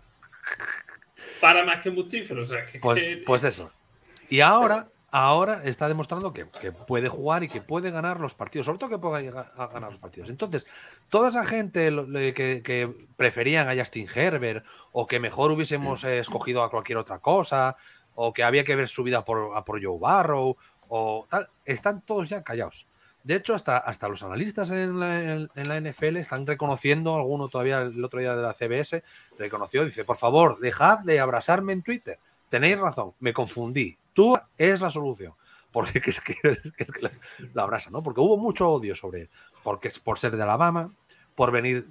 Para más que Mustífer, o sea, pues eso. Y ahora está demostrando que puede jugar y que puede ganar los partidos, sobre todo que puede llegar a ganar los partidos. Entonces, toda esa gente que preferían a Justin Herbert o que mejor hubiésemos escogido a cualquier otra cosa o que había que ver su vida a por Joe Burrow o tal, están todos ya callados. De hecho, hasta los analistas en la NFL están reconociendo, alguno todavía el otro día de la CBS reconoció, dice, por favor, dejad de abrazarme en Twitter. Tenéis razón, me confundí. Tú es la solución. Porque es que la abraza, ¿no? Porque hubo mucho odio sobre él. Porque es por ser de Alabama, por venir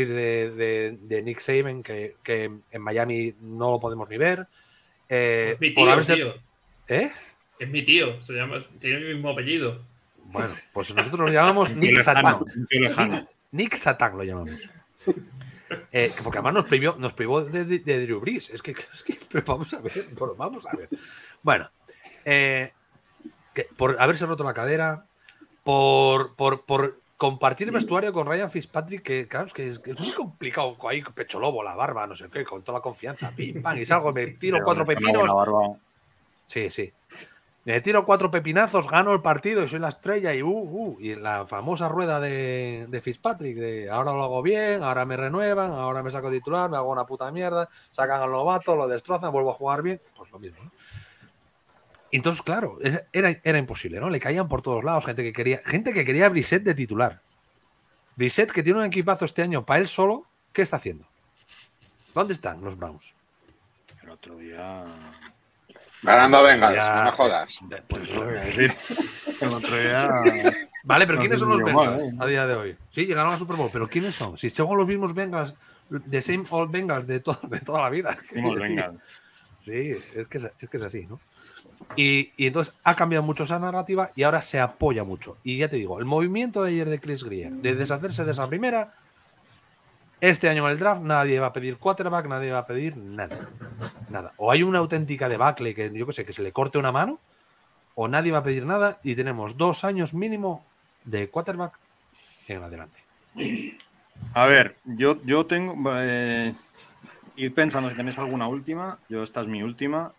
de Nick Saban, que en Miami no lo podemos ni ver. Es mi tío, tío. ¿Eh? Es mi tío, tiene el mismo apellido. Bueno, pues nosotros lo llamamos Nick Satán. Nick Satán lo llamamos. Porque además nos privó de Drew Brees. Es que pero vamos a ver. Bueno, por haberse roto la cadera, por compartir vestuario con Ryan Fitzpatrick, que claro, es muy complicado. Ahí, pecho lobo, la barba, no sé qué, con toda la confianza. Pim, pam, y salgo, me tiro 4 pepinos. Sí. Me tiro 4 pepinazos, gano el partido y soy la estrella y la famosa rueda de Fitzpatrick de ahora lo hago bien, ahora me renuevan, ahora me saco titular, me hago una puta mierda, sacan al novato, lo destrozan, vuelvo a jugar bien, pues lo mismo, ¿no? Y entonces, claro, era imposible, ¿no? Le caían por todos lados gente que quería a Brissett de titular. Brissett, que tiene un equipazo este año para él solo, ¿qué está haciendo? ¿Dónde están los Browns? El otro día... Ganando a Bengals, no me jodas. Pues lo voy a decir. El otro día... Vale, pero ¿quiénes son los Bengals a día de hoy? Sí, llegaron a Super Bowl, pero ¿quiénes son? Si son los mismos Bengals, de same old Bengals de toda la vida. Sí, es que es así, ¿no? Y entonces ha cambiado mucho esa narrativa y ahora se apoya mucho. Y ya te digo, el movimiento de ayer de Chris Greer, de deshacerse de esa primera, este año en el draft nadie va a pedir quarterback, nadie va a pedir nada. O hay una auténtica debacle que yo que sé, que se le corte una mano, o nadie va a pedir nada y tenemos 2 años mínimo de quarterback en adelante. A ver, yo tengo... ir pensando si tenéis alguna última. Esta es mi última.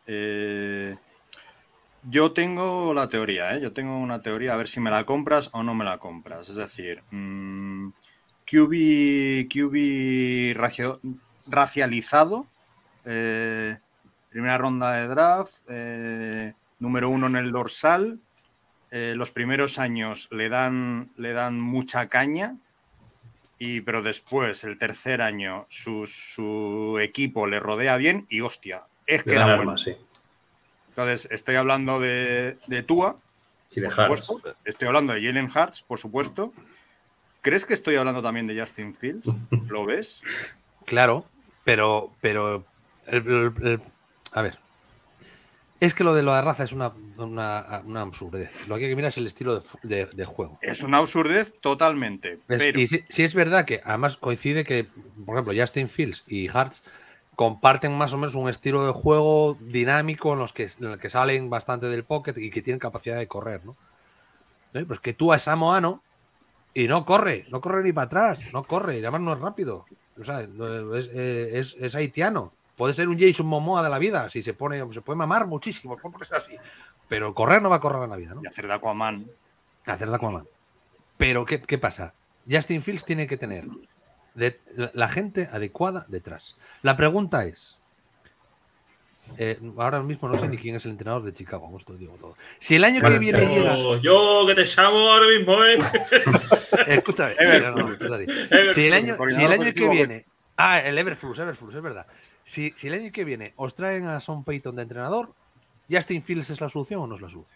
Yo tengo la teoría, Yo tengo una teoría, a ver si me la compras o no me la compras. Es decir, QB racializado, primera ronda de draft, número 1 en el dorsal, los primeros años le dan mucha caña, pero después, el tercer año, su equipo le rodea bien y hostia, es que era bueno. Sí. Entonces, estoy hablando de Tua, y de Hurts. Estoy hablando de Jalen Hurts, por supuesto. ¿Crees que estoy hablando también de Justin Fields? ¿Lo ves? Claro, pero a ver, es que lo de la raza es una absurdez. Lo que hay que mirar es el estilo de juego. Es una absurdez totalmente. Pero... Y sí es verdad que además coincide que, por ejemplo, Justin Fields y Hurts comparten más o menos un estilo de juego dinámico en el que salen bastante del pocket y que tienen capacidad de correr, ¿no? Pues que tú es samoano y no corre ni para atrás, no corre, y además no es rápido, o sea, es haitiano, puede ser un Jason Momoa de la vida, si se puede mamar muchísimo, porque es así, pero correr no va a correr en la vida, ¿no? Y hacer de Aquaman. Pero ¿qué pasa? Justin Fields tiene que tener la gente adecuada detrás. La pregunta es, ahora mismo no sé ni quién es el entrenador de Chicago, esto digo todo. Si el año que viene llega... Yo que te llamo ahora mismo, Escúchame. Si el año que viene... el Everflux, es verdad. Si el año que viene os traen a Sean Payton de entrenador, ¿Justin Fields es la solución o no es la solución?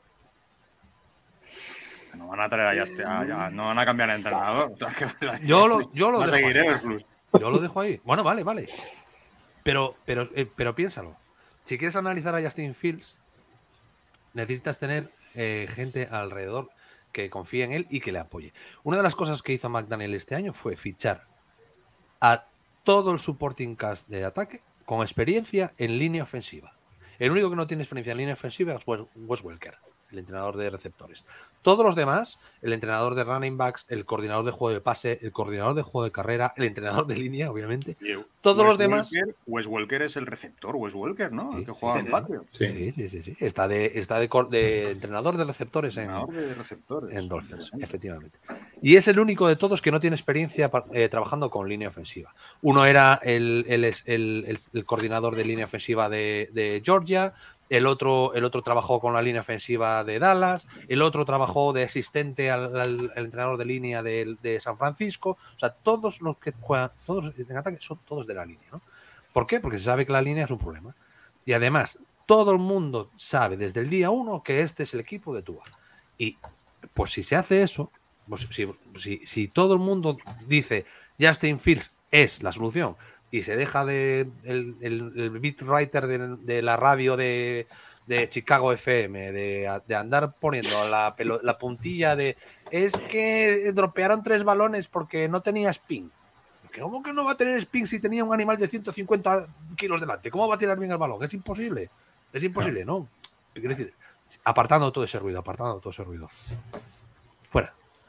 No van a traer no van a cambiar de entrenador. Yo lo dejo ahí. Bueno, vale. Pero piénsalo. Si quieres analizar a Justin Fields, necesitas tener gente alrededor que confíe en él y que le apoye. Una de las cosas que hizo McDaniel este año fue fichar a todo el supporting cast de ataque con experiencia en línea ofensiva. El único que no tiene experiencia en línea ofensiva es Wes Welker, el entrenador de receptores. Todos los demás, el entrenador de running backs, el coordinador de juego de pase, el coordinador de juego de carrera, el entrenador de línea, obviamente. Todos los demás... Wes Welker es el receptor, Wes Welker, ¿no? El que juega en Patriot. Sí. Está de entrenador de receptores en Dolphins, efectivamente. Y es el único de todos que no tiene experiencia trabajando con línea ofensiva. Uno era el coordinador de línea ofensiva de Georgia. El otro trabajó con la línea ofensiva de Dallas, el otro trabajó de asistente al entrenador de línea de San Francisco. O sea, todos los que juegan, todos en ataque son todos de la línea, ¿no? ¿Por qué? Porque se sabe que la línea es un problema. Y además, todo el mundo sabe desde el día 1 que este es el equipo de Tua. Y pues si se hace eso, pues, si todo el mundo dice Justin Fields es la solución, y se deja el beat writer de la radio de Chicago FM de andar poniendo la puntilla de es que dropearon 3 balones porque no tenía spin. ¿Cómo que no va a tener spin si tenía un animal de 150 kilos delante? ¿Cómo va a tirar bien el balón? Es imposible, ¿no? Quiero decir, apartando todo ese ruido. Fuera.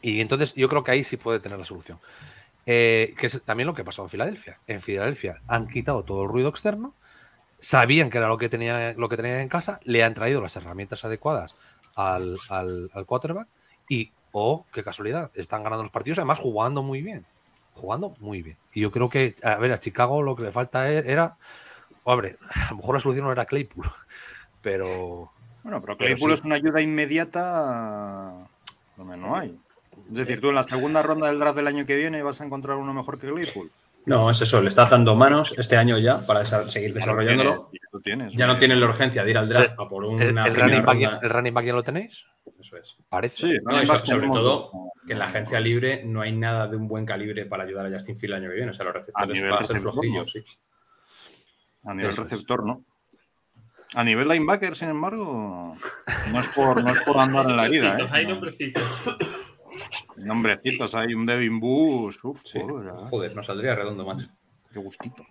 Y entonces yo creo que ahí sí puede tener la solución. Que es también lo que pasó en Filadelfia. En Filadelfia han quitado todo el ruido externo, sabían que era lo que tenían en casa, le han traído las herramientas adecuadas al quarterback y, qué casualidad, están ganando los partidos, además jugando muy bien. Y yo creo que, a ver, a Chicago lo que le falta era, hombre, a lo mejor la solución no era Claypool, pero... Bueno, pero Claypool sí. es una ayuda inmediata donde no hay. Es decir, tú en la segunda ronda del draft del año que viene vas a encontrar uno mejor que Claypool. No, es eso, le estás dando manos este año ya para seguir desarrollándolo. Ya no tienen la urgencia de ir al draft a por una ¿El running back ya lo tenéis? Eso es. Parece. Sí, no, y sobre todo que en la agencia libre no hay nada de un buen calibre para ayudar a Justin Fields el año que viene. O sea, los receptores van a ser flojillos, sí. A nivel receptor, ¿no? A nivel linebacker, sin embargo, no es por andar en la herida. Hay nombrecitos. Nombrecitos, hay un Devin Bush. Sí. Joder, nos saldría redondo, macho. Qué gustito.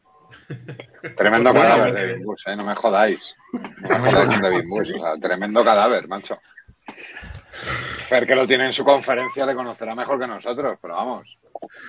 Tremendo cadáver, Devin Bush, no me jodáis. No me jodáis con Devin Bush. O sea, tremendo cadáver, macho. Fer, que lo tiene en su conferencia, le conocerá mejor que nosotros, pero vamos.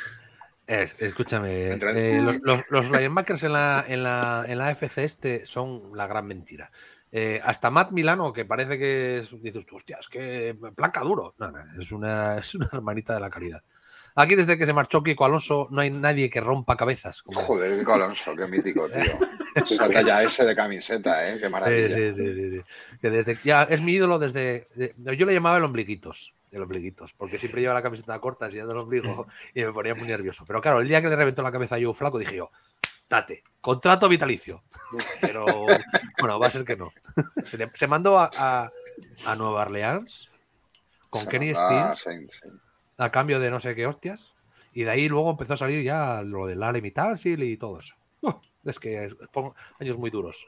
Escúchame, los linebackers en la FC son la gran mentira. Hasta Matt Milano, que parece que dices tú, hostia, es que placa duro. No, es una hermanita de la caridad. Aquí, desde que se marchó Kiko Alonso, no hay nadie que rompa cabezas. Joder, Kiko Alonso, qué mítico, tío. Salta ya ese de camiseta, qué maravilla. Sí. Que ya es mi ídolo desde... yo le llamaba el ombliguitos, porque siempre lleva la camiseta corta, enseñando el ombligo, y me ponía muy nervioso. Pero claro, el día que le reventó la cabeza a Joe Flaco, dije yo, date, contrato vitalicio. Pero bueno, va a ser que no. Se mandó a Nueva Orleans con Kenny Stills a cambio de no sé qué hostias, y de ahí luego empezó a salir ya lo del Alem y Tansil y todo eso. Es que fueron años muy duros.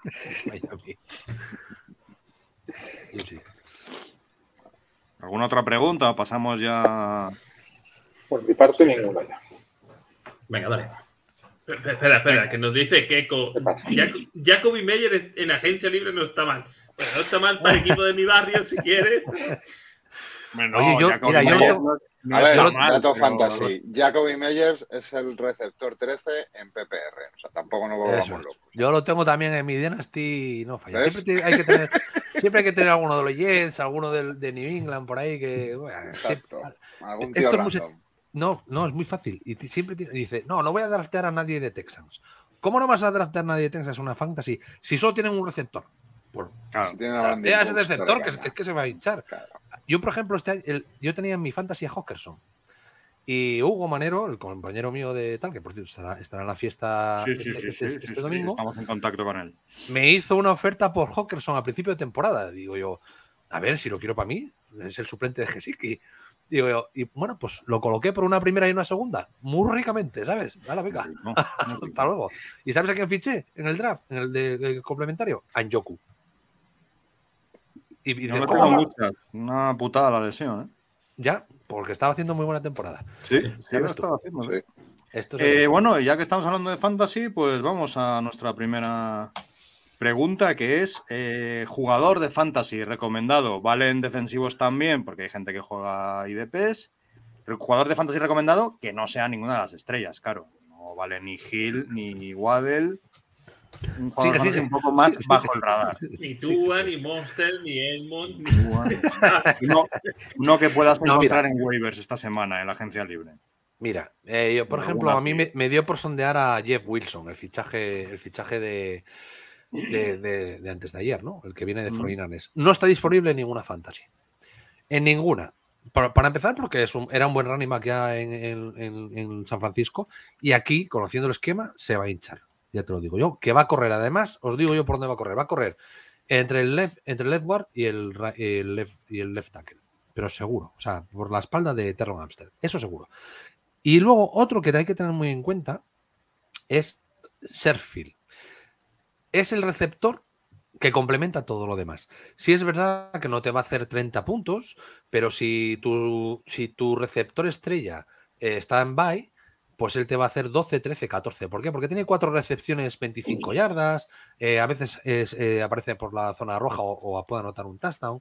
Yo sí. ¿Alguna otra pregunta? Pasamos ya. Por mi parte, ninguna ya. Venga, dale. Espera, que nos dice Keiko. Jacoby Meyer en agencia libre no está mal. Bueno, no está mal para el equipo de mi barrio, si quieres. Bueno, oye, a ver, dato fantasy. Jacoby Meyers es el receptor 13 en PPR. O sea, tampoco nos volvamos locos. Yo lo tengo también en mi Dynasty y no falla. Siempre hay que tener alguno de los Jets, alguno de New England por ahí que... Bueno, exacto. Algún tío random. No, es muy fácil. Y siempre dice, no voy a draftear a nadie de Texans. ¿Cómo no vas a draftear a nadie de Texans? Es una fantasy. Si solo tienen un receptor. Bueno, claro. Draftea a ese receptor que se va a hinchar. Claro. Yo, por ejemplo, yo tenía en mi fantasy a Hawkinson. Y Hugo Manero, el compañero mío de tal, que por cierto estará en la fiesta este domingo. Estamos en contacto con él. Me hizo una oferta por Hawkinson a principio de temporada. Digo yo, a ver si lo quiero para mí. Es el suplente de Gesicki. Digo yo, y bueno, pues lo coloqué por una primera y una segunda. Muy ricamente, ¿sabes? Dale, venga. Hasta luego. ¿Y sabes a quién fiché en el draft? En el de complementario. A Njoku. Y no tengo muchas. Una putada la lesión, ¿eh? Ya, porque estaba haciendo muy buena temporada. Sí, lo estaba haciendo. Sí. Bueno, ya que estamos hablando de fantasy, pues vamos a nuestra primera pregunta, que es jugador de fantasy recomendado. Valen defensivos también, porque hay gente que juega IDPs. Pero jugador de fantasy recomendado que no sea ninguna de las estrellas, claro. No vale ni Hill ni Waddell. Un jugador un poco más bajo el radar. Ni Tua, ni Monster, ni Edmond. No que puedas encontrar en waivers esta semana en la agencia libre. Mira, yo, por ejemplo, a mí me dio por sondear a Jeff Wilson, el fichaje de antes de ayer, ¿no? El que viene de 49ers. No está disponible en ninguna fantasy. En ninguna. Para empezar, porque era un buen running back ya en San Francisco. Y aquí, conociendo el esquema, se va a hinchar. Ya te lo digo yo. Que va a correr. Además, os digo yo por dónde va a correr. Va a correr entre el left guard y el left tackle. Pero seguro. O sea, por la espalda de Terron Armstead. Eso seguro. Y luego, otro que hay que tener muy en cuenta es Sherfield. Es el receptor que complementa todo lo demás. Sí es verdad que no te va a hacer 30 puntos, pero si tu receptor estrella está en bye, pues él te va a hacer 12, 13, 14. ¿Por qué? Porque tiene 4 recepciones, 25 yardas, a veces aparece por la zona roja o puede anotar un touchdown.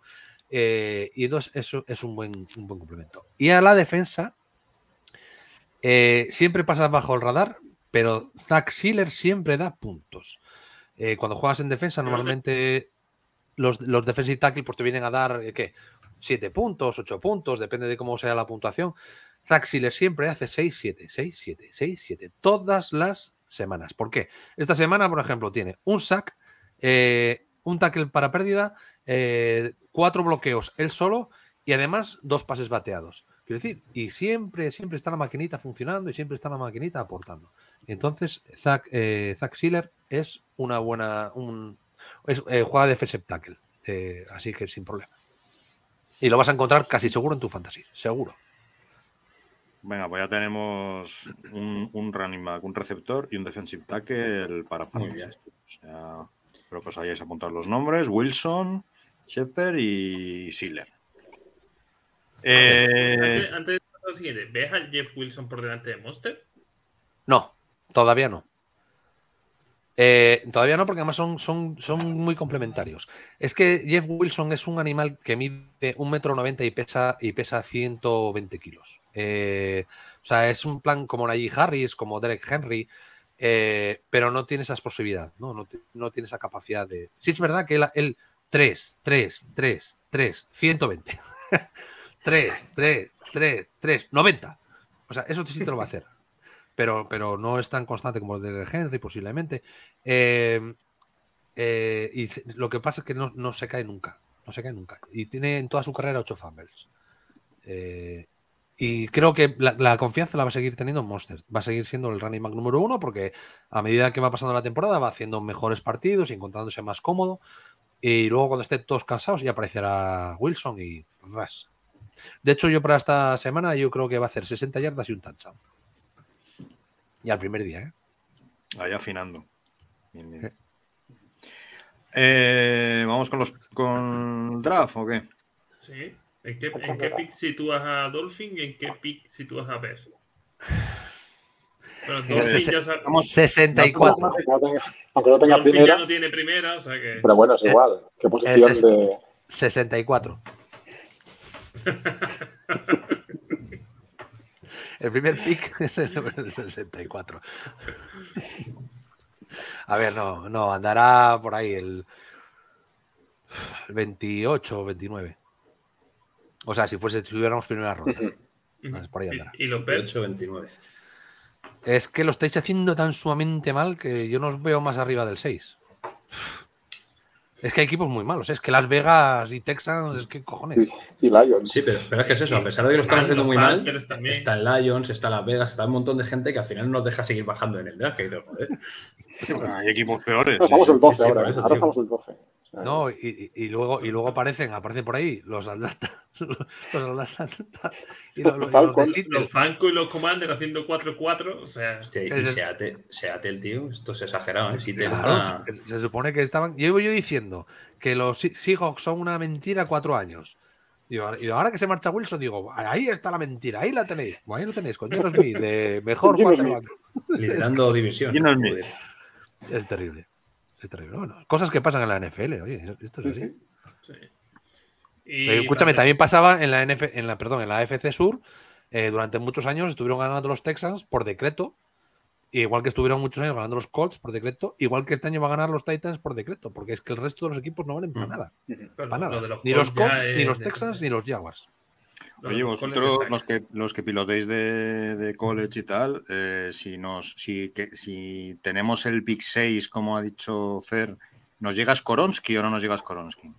Y entonces eso es un buen complemento. Y a la defensa, siempre pasas bajo el radar, pero Zach Sealer siempre da puntos. Cuando juegas en defensa, normalmente los defensive tackle pues te vienen a dar, ¿qué? 7 puntos, 8 puntos, depende de cómo sea la puntuación. Zach Sealer siempre hace 6-7, 6-7, 6-7, todas las semanas. ¿Por qué? Esta semana, por ejemplo, tiene un sack, un tackle para pérdida, 4 bloqueos él solo y además 2 pases bateados. Quiero decir, y siempre está la maquinita funcionando y siempre está la maquinita aportando. Entonces, Zach Sealer es una buena... juega de defensive tackle, así que sin problema. Y lo vas a encontrar casi seguro en tu fantasy, seguro. Venga, pues ya tenemos un running back, un receptor y un defensive tackle para fantasy. O sea, espero que os hayáis apuntado los nombres: Wilson, Sheffer y Sealer. Antes de lo siguiente, ¿ves a Jeff Wilson por delante de Monster? No, todavía no. Todavía no, porque además son muy complementarios. Es que Jeff Wilson es un animal que mide 1,90 m y pesa 120 kilos. O sea, es un plan como Najee Harris, como Derek Henry, pero no tiene esa explosividad, no tiene esa capacidad de... Sí, es verdad que él 3, 120. 3, 90. O sea, eso sí te lo va a hacer. Pero no es tan constante como el de Henry, posiblemente. Y lo que pasa es que no se cae nunca. No se cae nunca. Y tiene en toda su carrera 8 fumbles. Y creo que la confianza la va a seguir teniendo Monster. Va a seguir siendo el running back número 1 porque a medida que va pasando la temporada va haciendo mejores partidos y encontrándose más cómodo. Y luego cuando estén todos cansados ya aparecerá Wilson y ras. De hecho, yo para esta semana yo creo que va a hacer 60 yardas y un touchdown. Y al primer día, Ahí afinando. Bien. ¿Vamos con draft o qué? Sí. ¿En qué pick sitúas a Dolphin y en qué pick sitúas a Bears? Bueno, Dolphin ya sabemos. 64. Aunque no tenga Dolphin primera. ya no tiene primera, o sea que... Pero bueno, es igual. ¿Qué posición de...? 64. El primer pick es el número 64. A ver, no, andará por ahí el 28 o 29. O sea, si tuviéramos primera ronda. Por ahí andará. ¿Y los 28 29. Es que lo estáis haciendo tan sumamente mal que yo no os veo más arriba del 6. Es que hay equipos muy malos. Es que Las Vegas y Texans, es que cojones. Y Lions. Sí, pero es que es eso. A pesar de que lo están haciendo muy mal, está el Lions, está Las Vegas, está un montón de gente que al final nos deja seguir bajando en el draft. Sí, bueno, hay equipos peores. Estamos el 12 ahora. Eso, Ahora estamos el 12. No, y luego aparecen por ahí los Atlanta. Los Atlanta y los de Seattle. Los Falcons y los Commanders haciendo 4-4. O sea, hostia, y Seattle, tío, esto es exagerado, ¿eh? Claro, se supone que estaban. Llevo yo diciendo que los Seahawks son una mentira 4 años. Y ahora que se marcha Wilson, digo, ahí está la mentira, ahí la tenéis. Bueno, ahí lo tenéis, con Gino Smith, de mejor quarterback. Liderando división. Es terrible. Es terrible. Bueno, cosas que pasan en la NFL, oye, esto es así. sí. Escúchame, también pasaba en la AFC Sur. Durante muchos años estuvieron ganando los Texans por decreto. Igual que estuvieron muchos años ganando los Colts por decreto, igual que este año va a ganar los Titans por decreto, porque es que el resto de los equipos no valen para nada. Para nada. Ni los Colts, ni los Texans, ni los Jaguars. Oye, vosotros, los que pilotéis de college y tal, si tenemos el pick 6, como ha dicho Fer, ¿nos llega Skoronski o no nos llega Skoronski?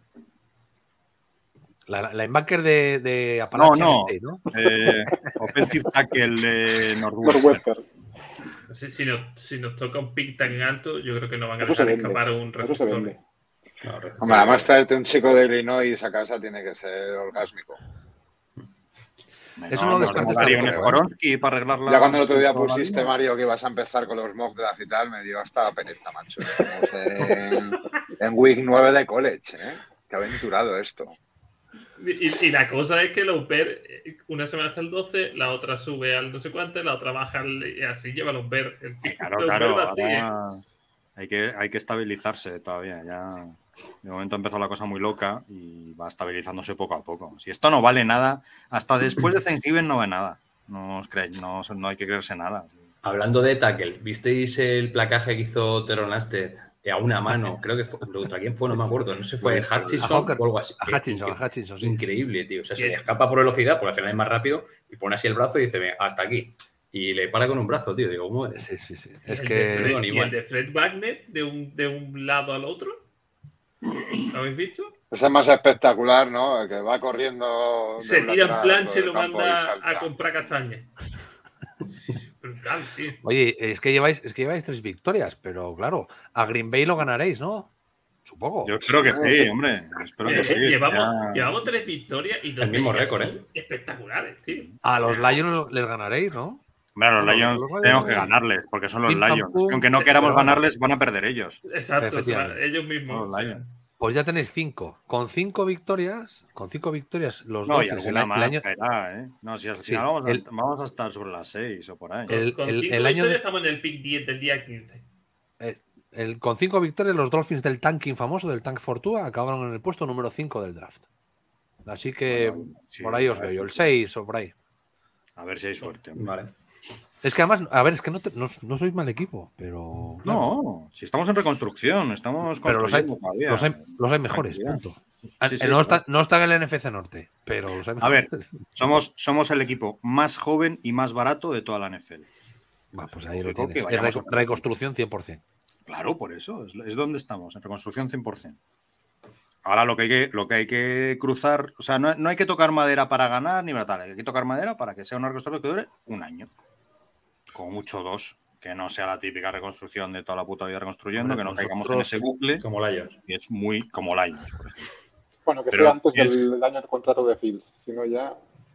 La linebacker de Appalachian State, ¿no? Offensive tackle de Northwestern. Si nos toca un pick tan alto, yo creo que no van a dejar escapar un receptor. Hombre, además traerte un chico de Illinois a casa tiene que ser orgásmico. Eso no descartaría un Skoronski para arreglarla. Ya cuando el otro día pusiste, Mario, que ibas a empezar con los mock draft y tal, me dio hasta pereza, macho. En week 9 de college, ¿eh? Qué aventurado esto. Y la cosa es que los Bears, una semana está el 12, la otra sube al no sé cuánto, la otra baja y así lleva los Bears. Claro. Hay que estabilizarse todavía. Ya de momento ha empezado la cosa muy loca y va estabilizándose poco a poco. Si esto no vale nada, hasta después de Thanksgiving no vale nada. No os creéis, no hay que creerse nada. Hablando de tackle, ¿visteis el placaje que hizo Teron Asted a una mano? Creo que fue, ¿contra quién fue? No me acuerdo. No sé, fue Hutchinson o algo así. A Hutchinson, sí. Increíble, tío. O sea, se le escapa por velocidad, porque al final es más rápido, y pone así el brazo y dice, hasta aquí. Y le para con un brazo, tío. Digo, muere. Sí. Es que... ¿Y el de Fred Wagner de un lado al otro? ¿Lo habéis visto? Ese es más espectacular, ¿no? El que va corriendo. Se tira en plancha y lo manda a comprar castañas. Brutal, tío. Oye, es que lleváis 3 victorias, pero claro, a Green Bay lo ganaréis, ¿no? Supongo. Yo espero que sí, hombre. Espero que sí. Llevamos 3 victorias y el mismo récord, espectaculares, tío. A los Lions les ganaréis, ¿no? Bueno, a los Lions tenemos que ganarles, porque son los Lions. Aunque no queramos ganarles, van a perder ellos. Exacto, o sea, ellos mismos. Los Lions. Pues ya tenéis 5. Con 5 victorias, los no, dos. Y alguna más caerá, ¿eh? No, si al final vamos a estar sobre las 6 o por ahí. Con 5 victorias estamos en el pick 10 del día 15. Con 5 victorias, los Dolphins del tanking famoso, del Tank Fortuna, acabaron en el puesto número 5 del draft. Así que por ahí os veo yo, el 6 o por ahí. A ver si hay suerte. Vale. Es que además, a ver, es que no sois mal equipo, pero... No, si estamos en reconstrucción, estamos construyendo pero los hay mejores, punto. Sí, no están en el NFC Norte, pero los hay mejores. A ver, somos el equipo más joven y más barato de toda la NFL. Pues ahí lo tienes. Reconstrucción 100%. Claro, por eso, es donde estamos, en reconstrucción 100%. Ahora lo que hay que cruzar, o sea, no hay que tocar madera para ganar ni para tal, hay que tocar madera para que sea una reconstrucción que dure un año. Como mucho 2, que no sea la típica reconstrucción de toda la puta vida reconstruyendo, que no caigamos en ese bucle. Como Lions. Y es muy como Lions, por ejemplo. Bueno, que sea antes del año de contrato de Fields, si no ya...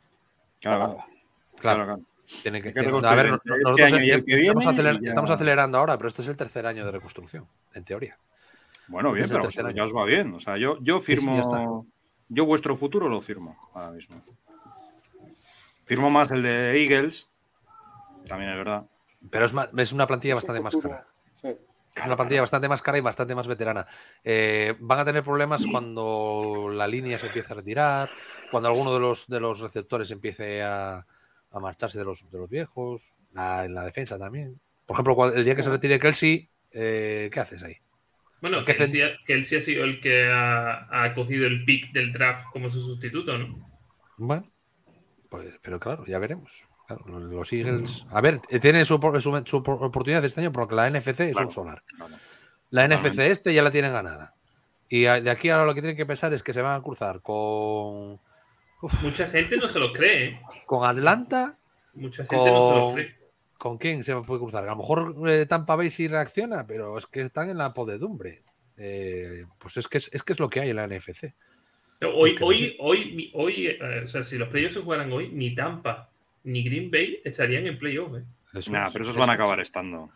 Claro. Tiene que a ver, nosotros estamos acelerando ahora, pero este es el tercer año de reconstrucción, en teoría. Bueno, bien, pero ya os va bien. O sea, yo firmo... Yo vuestro futuro lo firmo ahora mismo. Firmo más el de Eagles... También es verdad. Pero es una plantilla bastante más cara. Sí. Es una plantilla bastante más cara y bastante más veterana. Van a tener problemas cuando la línea se empiece a retirar, cuando alguno de los receptores empiece a marcharse de los viejos, en la defensa también. Por ejemplo, el día que se retire Kelsey, ¿qué haces ahí? Bueno, Kelsey ha sido el que ha cogido el pick del draft como su sustituto, ¿no? Bueno, pues, pero claro, ya veremos. Claro, los Eagles... A ver, tienen su oportunidad este año porque la NFC es un solar. La NFC ya la tienen ganada. Y de aquí ahora lo que tienen que pensar es que se van a cruzar con... Mucha gente no se lo cree, ¿eh? Con Atlanta. Mucha gente no se lo cree. ¿Con quién se puede cruzar? A lo mejor Tampa Bay sí reacciona, pero es que están en la podedumbre. Pues es que es lo que hay en la NFC. Hoy, o sea, si los playoffs se jugaran hoy, ni Tampa ni Green Bay estarían en playoff. Pero esos van a acabar estando.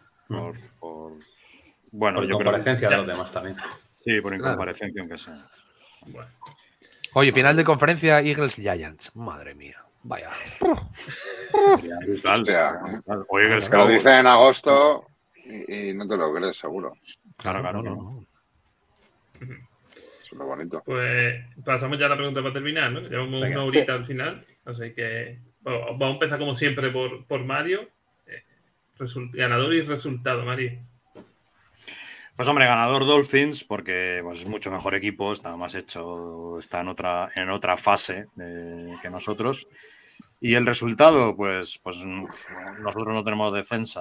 Bueno, por comparecencia de los demás también. Sí, por incomparecencia, aunque sea. Bueno. Oye, final de conferencia Eagles Giants. Madre mía. Vaya. O Eagles lo dicen en agosto y no te lo crees, seguro. Claro. No. Eso es lo bonito. Pues pasamos ya a la pregunta para terminar, ¿no? Llevamos una horita al final, así que vamos a empezar como siempre por Mario. Ganador y resultado, Mario. Pues hombre, ganador Dolphins, porque pues, es mucho mejor equipo, está más hecho, está en otra fase que nosotros. Y el resultado, pues nosotros no tenemos defensa.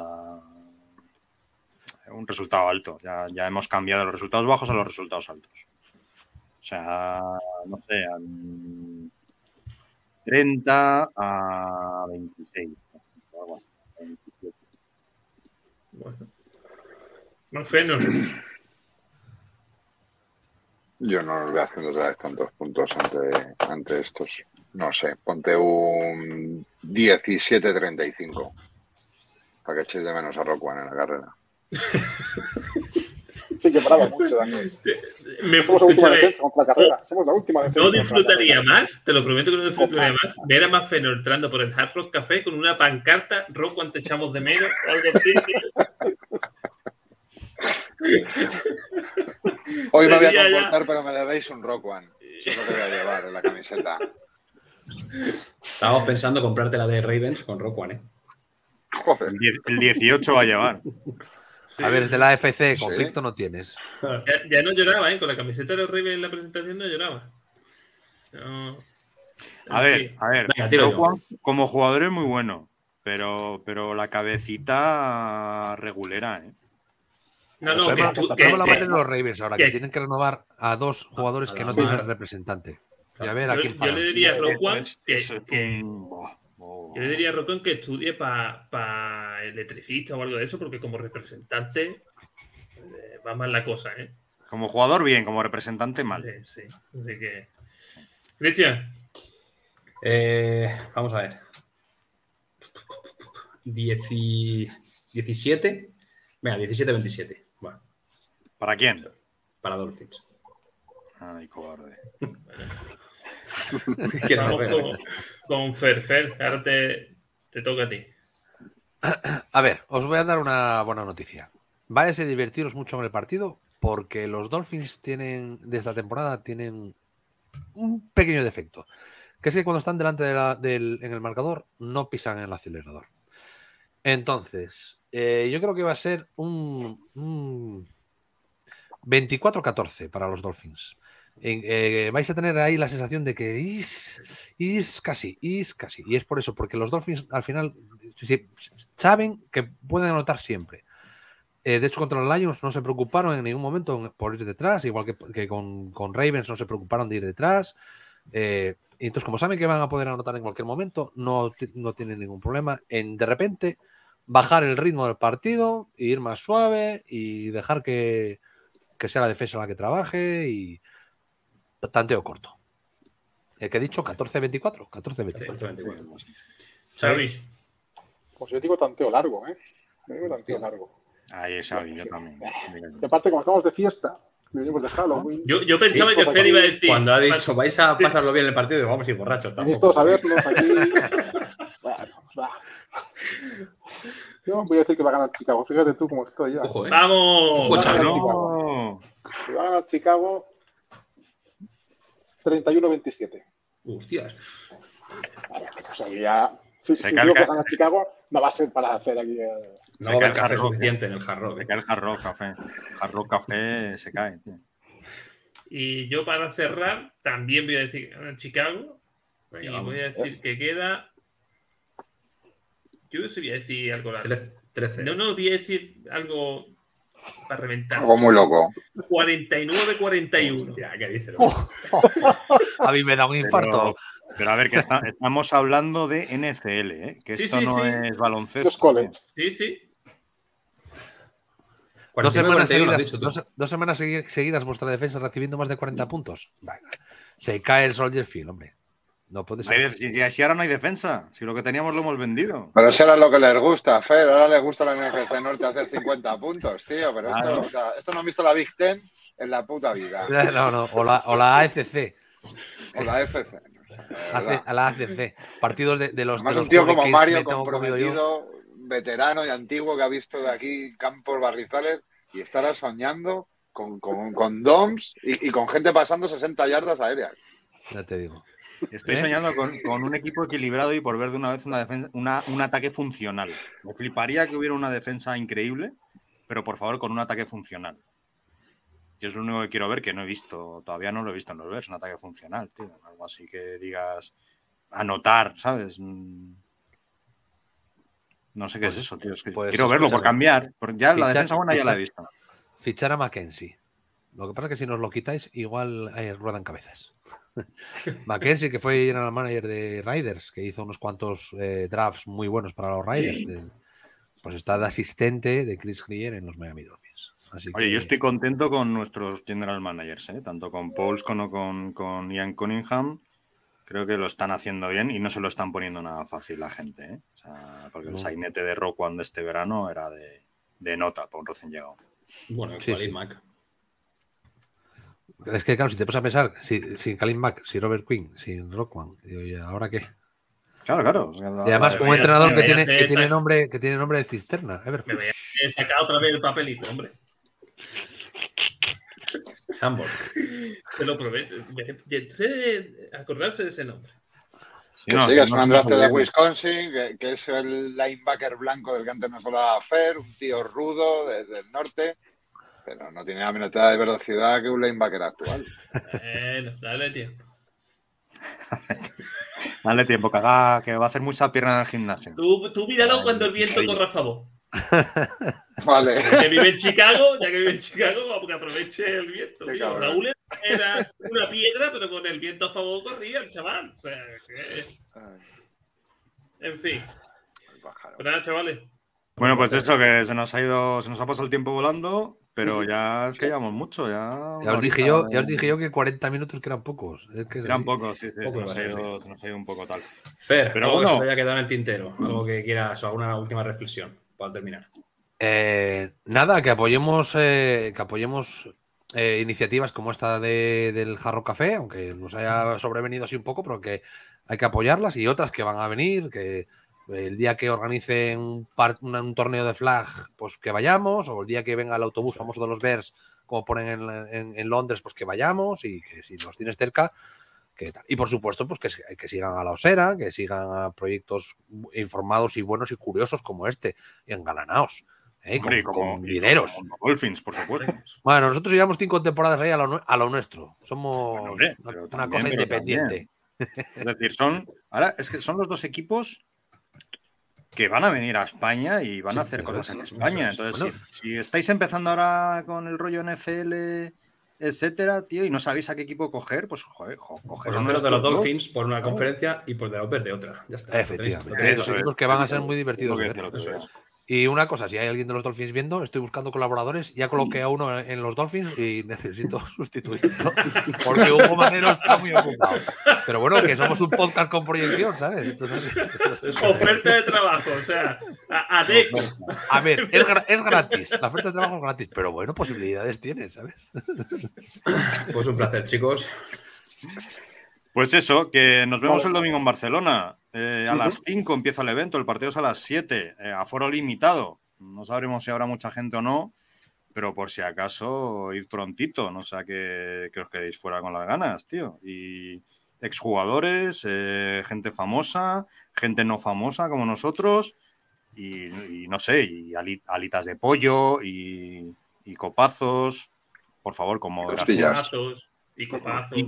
Un resultado alto. Ya hemos cambiado los resultados bajos a los resultados altos. O sea, no sé, 30 a 26. Algo así, 27. Bueno. Más feno. Yo no los voy haciendo otra vez tantos puntos ante estos. No sé, ponte un 17-35 para que echéis de menos a Rock One en la carrera. Sí, que paraba mucho también. Somos la última defensa contra la carrera. Somos la última defensa. No disfrutaría más, te lo prometo que no disfrutaría más, ver a Mafeno entrando por el Hard Rock Café con una pancarta, Rock One te echamos de menos, o algo así. Hoy me voy a comportar, pero me debéis un Rock One. Eso es lo que voy a llevar en la camiseta. Estábamos pensando comprarte la de Ravens con Rock One, ¿eh? Joder. El 18 va a llevar. Sí. A ver, es de la AFC, Sí. conflicto no tienes. Ya no lloraba, ¿eh? Con la camiseta de los Ravens en la presentación no lloraba. No. A ver, Venga, tiro Rock yo. One como jugador es muy bueno, pero la cabecita regulera, ¿eh? No, no, El que problema, tú- el que- problema lo que- va a tener los Ravens ahora, que que- tienen que renovar a 2 jugadores que no Sí. tienen representante. Y a ver a yo, quién yo pagan. le diría a Rock One Eso es que oh. yo le diría a Rock One que estudie para electricista o algo de eso, porque como representante va mal la cosa, ¿eh? Como jugador bien, como representante mal. Sí. Así que. Cristian, Vamos a ver. 17. Venga, 17-27. Bueno, ¿Para quién? para Dolphins. Ay, cobarde. vamos con Fer. Ahora te toca a ti. A ver, os voy a dar una buena noticia. Váyase a divertiros mucho en el partido porque los Dolphins de esta temporada tienen un pequeño defecto, que es que cuando están delante en el marcador no pisan en el acelerador. Entonces, yo creo que va a ser un 24-14 para los Dolphins. Vais a tener ahí la sensación de que is casi. Y es por eso, porque los Dolphins al final saben que pueden anotar siempre. De hecho, contra los Lions no se preocuparon en ningún momento por ir detrás, igual que con Ravens no se preocuparon de ir detrás. Y entonces, como saben que van a poder anotar en cualquier momento, no tienen ningún problema en de repente bajar el ritmo del partido, e ir más suave y dejar que sea la defensa la que trabaje y tanteo corto. ¿Qué he dicho? 14-24. 14-24. Xavi. Pues yo digo tanteo largo, ¿eh? Yo digo tanteo largo. Ahí es Xavi, yo también. Y aparte, como estamos de fiesta, venimos de Halloween. Yo pensaba Sí, que Fer iba a decir. Cuando ha dicho, vais a pasarlo bien en el partido, digo, vamos a ir borrachos. Venís Tampoco. todos a vernos aquí. Bueno, pues va. Yo voy a decir que va a ganar Chicago. Fíjate tú cómo estoy ya. Ojo, ¿eh? ¡Vamos! Ojo, Xavi. No. Si va a ganar Chicago 31-27. Hostias. O sea, yo ya. Si Se digo que carga. gana Chicago, no va a ser para hacer aquí. No va a haber cae café el Hard Rock, suficiente en el Hard Rock. Se cae el Hard Rock Café. Hard Rock Café se cae, tío. Y yo para cerrar también voy a decir que gana Chicago. Venga, Y vamos. voy a decir que queda. Yo sí voy a decir algo largo. 13. No, voy a decir algo para reventar. Algo muy loco. 49-41. Hostia, ¿qué dices? A mí me da un infarto. Pero a ver, que estamos hablando de NFL, ¿eh? Que Sí, esto sí, no sí. es Los baloncesto. college. Sí. 2 semanas 41 lo has seguidas, dicho tú. dos semanas seguidas vuestra defensa recibiendo más de 40 puntos. Venga. Se cae el Soldier Field, hombre. No puede No hay ser. si ahora no hay defensa, si lo que teníamos lo hemos vendido. Pero eso era lo que les gusta, Fer. Ahora les gusta a la NFC Norte hacer 50 puntos, tío. Pero Claro. esto no han visto la Big Ten en la puta vida. No. O la AFC. O la FC. A la AFC. Partidos de los. Además, de los un tío como Hurricanes Mario, me tengo comido yo. comprometido, veterano y antiguo, que ha visto de aquí campos barrizales y estará soñando con DOMs y con gente pasando 60 yardas aéreas. Ya te digo. Estoy soñando con un equipo equilibrado y por ver de una vez una defensa, un ataque funcional. Me fliparía que hubiera una defensa increíble, pero por favor con un ataque funcional. Yo es lo único que quiero ver, que no he visto, todavía no lo he visto en los Bears, un ataque funcional, tío. Algo así que digas, anotar, ¿sabes? No sé qué es eso, tío. Es que pues quiero verlo por escúchame. cambiar. Porque ya la Fichar- defensa buena ya la he visto. Fichar a Mackenzie. Lo que pasa es que si nos lo quitáis, igual ruedan cabezas. Mackenzie, que fue general manager de Riders, que hizo unos cuantos drafts muy buenos para los Riders, pues está de asistente de Chris Greer en los Miami Dolphins. Así Oye, que- yo estoy contento con nuestros general managers, tanto con Pauls como con Ian Cunningham. Creo que lo están haciendo bien y no se lo están poniendo nada fácil la gente, ¿eh? O sea, porque el sainete de Rock One de este verano era de nota para un recién llegado. Bueno, el Sí, Khalil sí. Mack. Es que, claro, si te pones a pensar, sin Khalil Mack, sin Robert Quinn, sin Rock One, digo, ¿y ahora qué? Claro. O sea, Y además, me como voy a- entrenador me que voy a tiene, hacer que tiene esa- nombre de cisterna. Me voy a sacar otra vez el papelito, hombre. Sambor. Te lo prometo. Acordarse de ese nombre. Sí, que es un androste de Wisconsin, que es el linebacker blanco del que antes nos hablaba Fer, un tío rudo desde el norte, pero no tiene la minuta de velocidad que un linebacker actual. Bueno, dale tiempo. Dale tiempo, que va a hacer mucha pierna en el gimnasio. Tú míralo cuando el viento corra a favor. Vale. Ya que vive en Chicago, que aproveche el viento. Mira, Raúl era una piedra, pero con el viento a favor corría el chaval. O sea, en fin. Pues nada, chavales. Bueno, pues eso, que se nos ha pasado el tiempo volando, pero ya es que llevamos mucho. Ya os dije yo que 40 minutos que eran pocos. Es que eran pocos, sí, se nos ha ido un poco tal. Fer, pero algo bueno, que se te haya quedado en el tintero, algo que quieras o alguna última reflexión para terminar. Nada, que apoyemos iniciativas como esta del Jarro Café, aunque nos haya sobrevenido así un poco, pero que hay que apoyarlas, y otras que van a venir, que el día que organicen un torneo de flag, pues que vayamos, o el día que venga el autobús famoso de los Bears, como ponen en Londres, pues que vayamos, y que si los tienes cerca, que tal. Y por supuesto, pues que sigan a la Osera, que sigan a proyectos informados y buenos y curiosos como este, y engalanaos. Hombre, con dineros. Como Dolphins, por supuesto. Bueno, nosotros llevamos 5 temporadas ahí a lo nuestro. Somos una también, cosa independiente. Es decir, son los dos equipos que van a venir a España y van a hacer cosas en España. Entonces, bueno, si estáis empezando ahora con el rollo NFL, etcétera, tío, y no sabéis a qué equipo coger, pues coger uno de los Dolphins por una conferencia y por de los Bears de otra. Ya está. Efectivamente. Esos equipos que van a ser muy divertidos. Y una cosa, si hay alguien de los Dolphins viendo, estoy buscando colaboradores, ya coloqué a uno en los Dolphins y necesito sustituirlo, porque Hugo Manero está muy ocupado. Pero bueno, que somos un podcast con proyección, ¿sabes? Entonces, oferta de trabajo, o sea, a ver, es gratis, la oferta de trabajo es gratis, pero bueno, posibilidades tienes, ¿sabes? Pues un placer, chicos. Pues eso, que nos vemos el domingo en Barcelona. A las 5 empieza el evento, el partido es a las 7, aforo limitado. No sabremos si habrá mucha gente o no, pero por si acaso, id prontito, no sea que os quedéis fuera con las ganas, tío. Y exjugadores, gente famosa, gente no famosa como nosotros, y no sé, y alitas de pollo, y copazos, por favor, con moderación. Y copazos.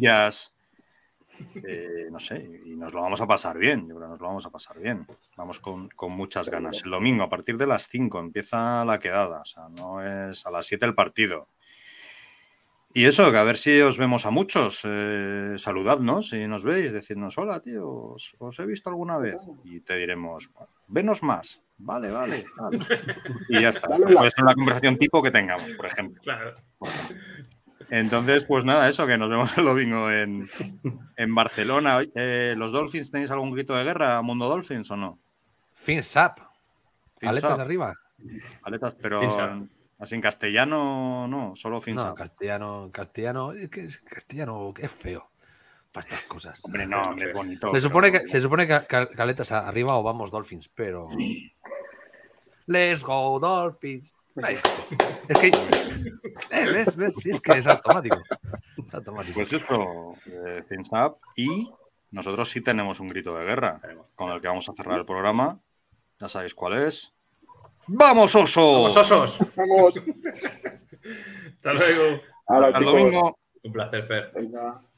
No sé, y nos lo vamos a pasar bien, yo creo que nos lo vamos a pasar bien. Vamos con muchas ganas. El domingo, a partir de las 5, empieza la quedada, o sea, no es a las 7 el partido. Y eso, que a ver si os vemos a muchos, saludadnos si nos veis, decirnos, hola, tío, os he visto alguna vez. Y te diremos, venos más, vale. Y ya está. Puede ser una conversación tipo que tengamos, por ejemplo. Claro. Entonces, pues nada, eso, que nos vemos el domingo en Barcelona. ¿Los Dolphins tenéis algún grito de guerra, Mundo Dolphins, o no? Fins up. Aletas arriba. Aletas, pero así en castellano no, solo fins up. Castellano, es que castellano es feo para estas cosas. Hombre, no, es bonito. Se supone que aletas arriba o vamos Dolphins, pero... Let's go Dolphins. Es que ves, sí, es que es automático. Pues esto, fins up, y nosotros sí tenemos un grito de guerra con el que vamos a cerrar el programa. Ya sabéis cuál es. ¡Vamos, osos! ¡Vamos, osos! ¡Vamos! Hasta luego. Hasta el domingo. Un placer, Fer. Venga.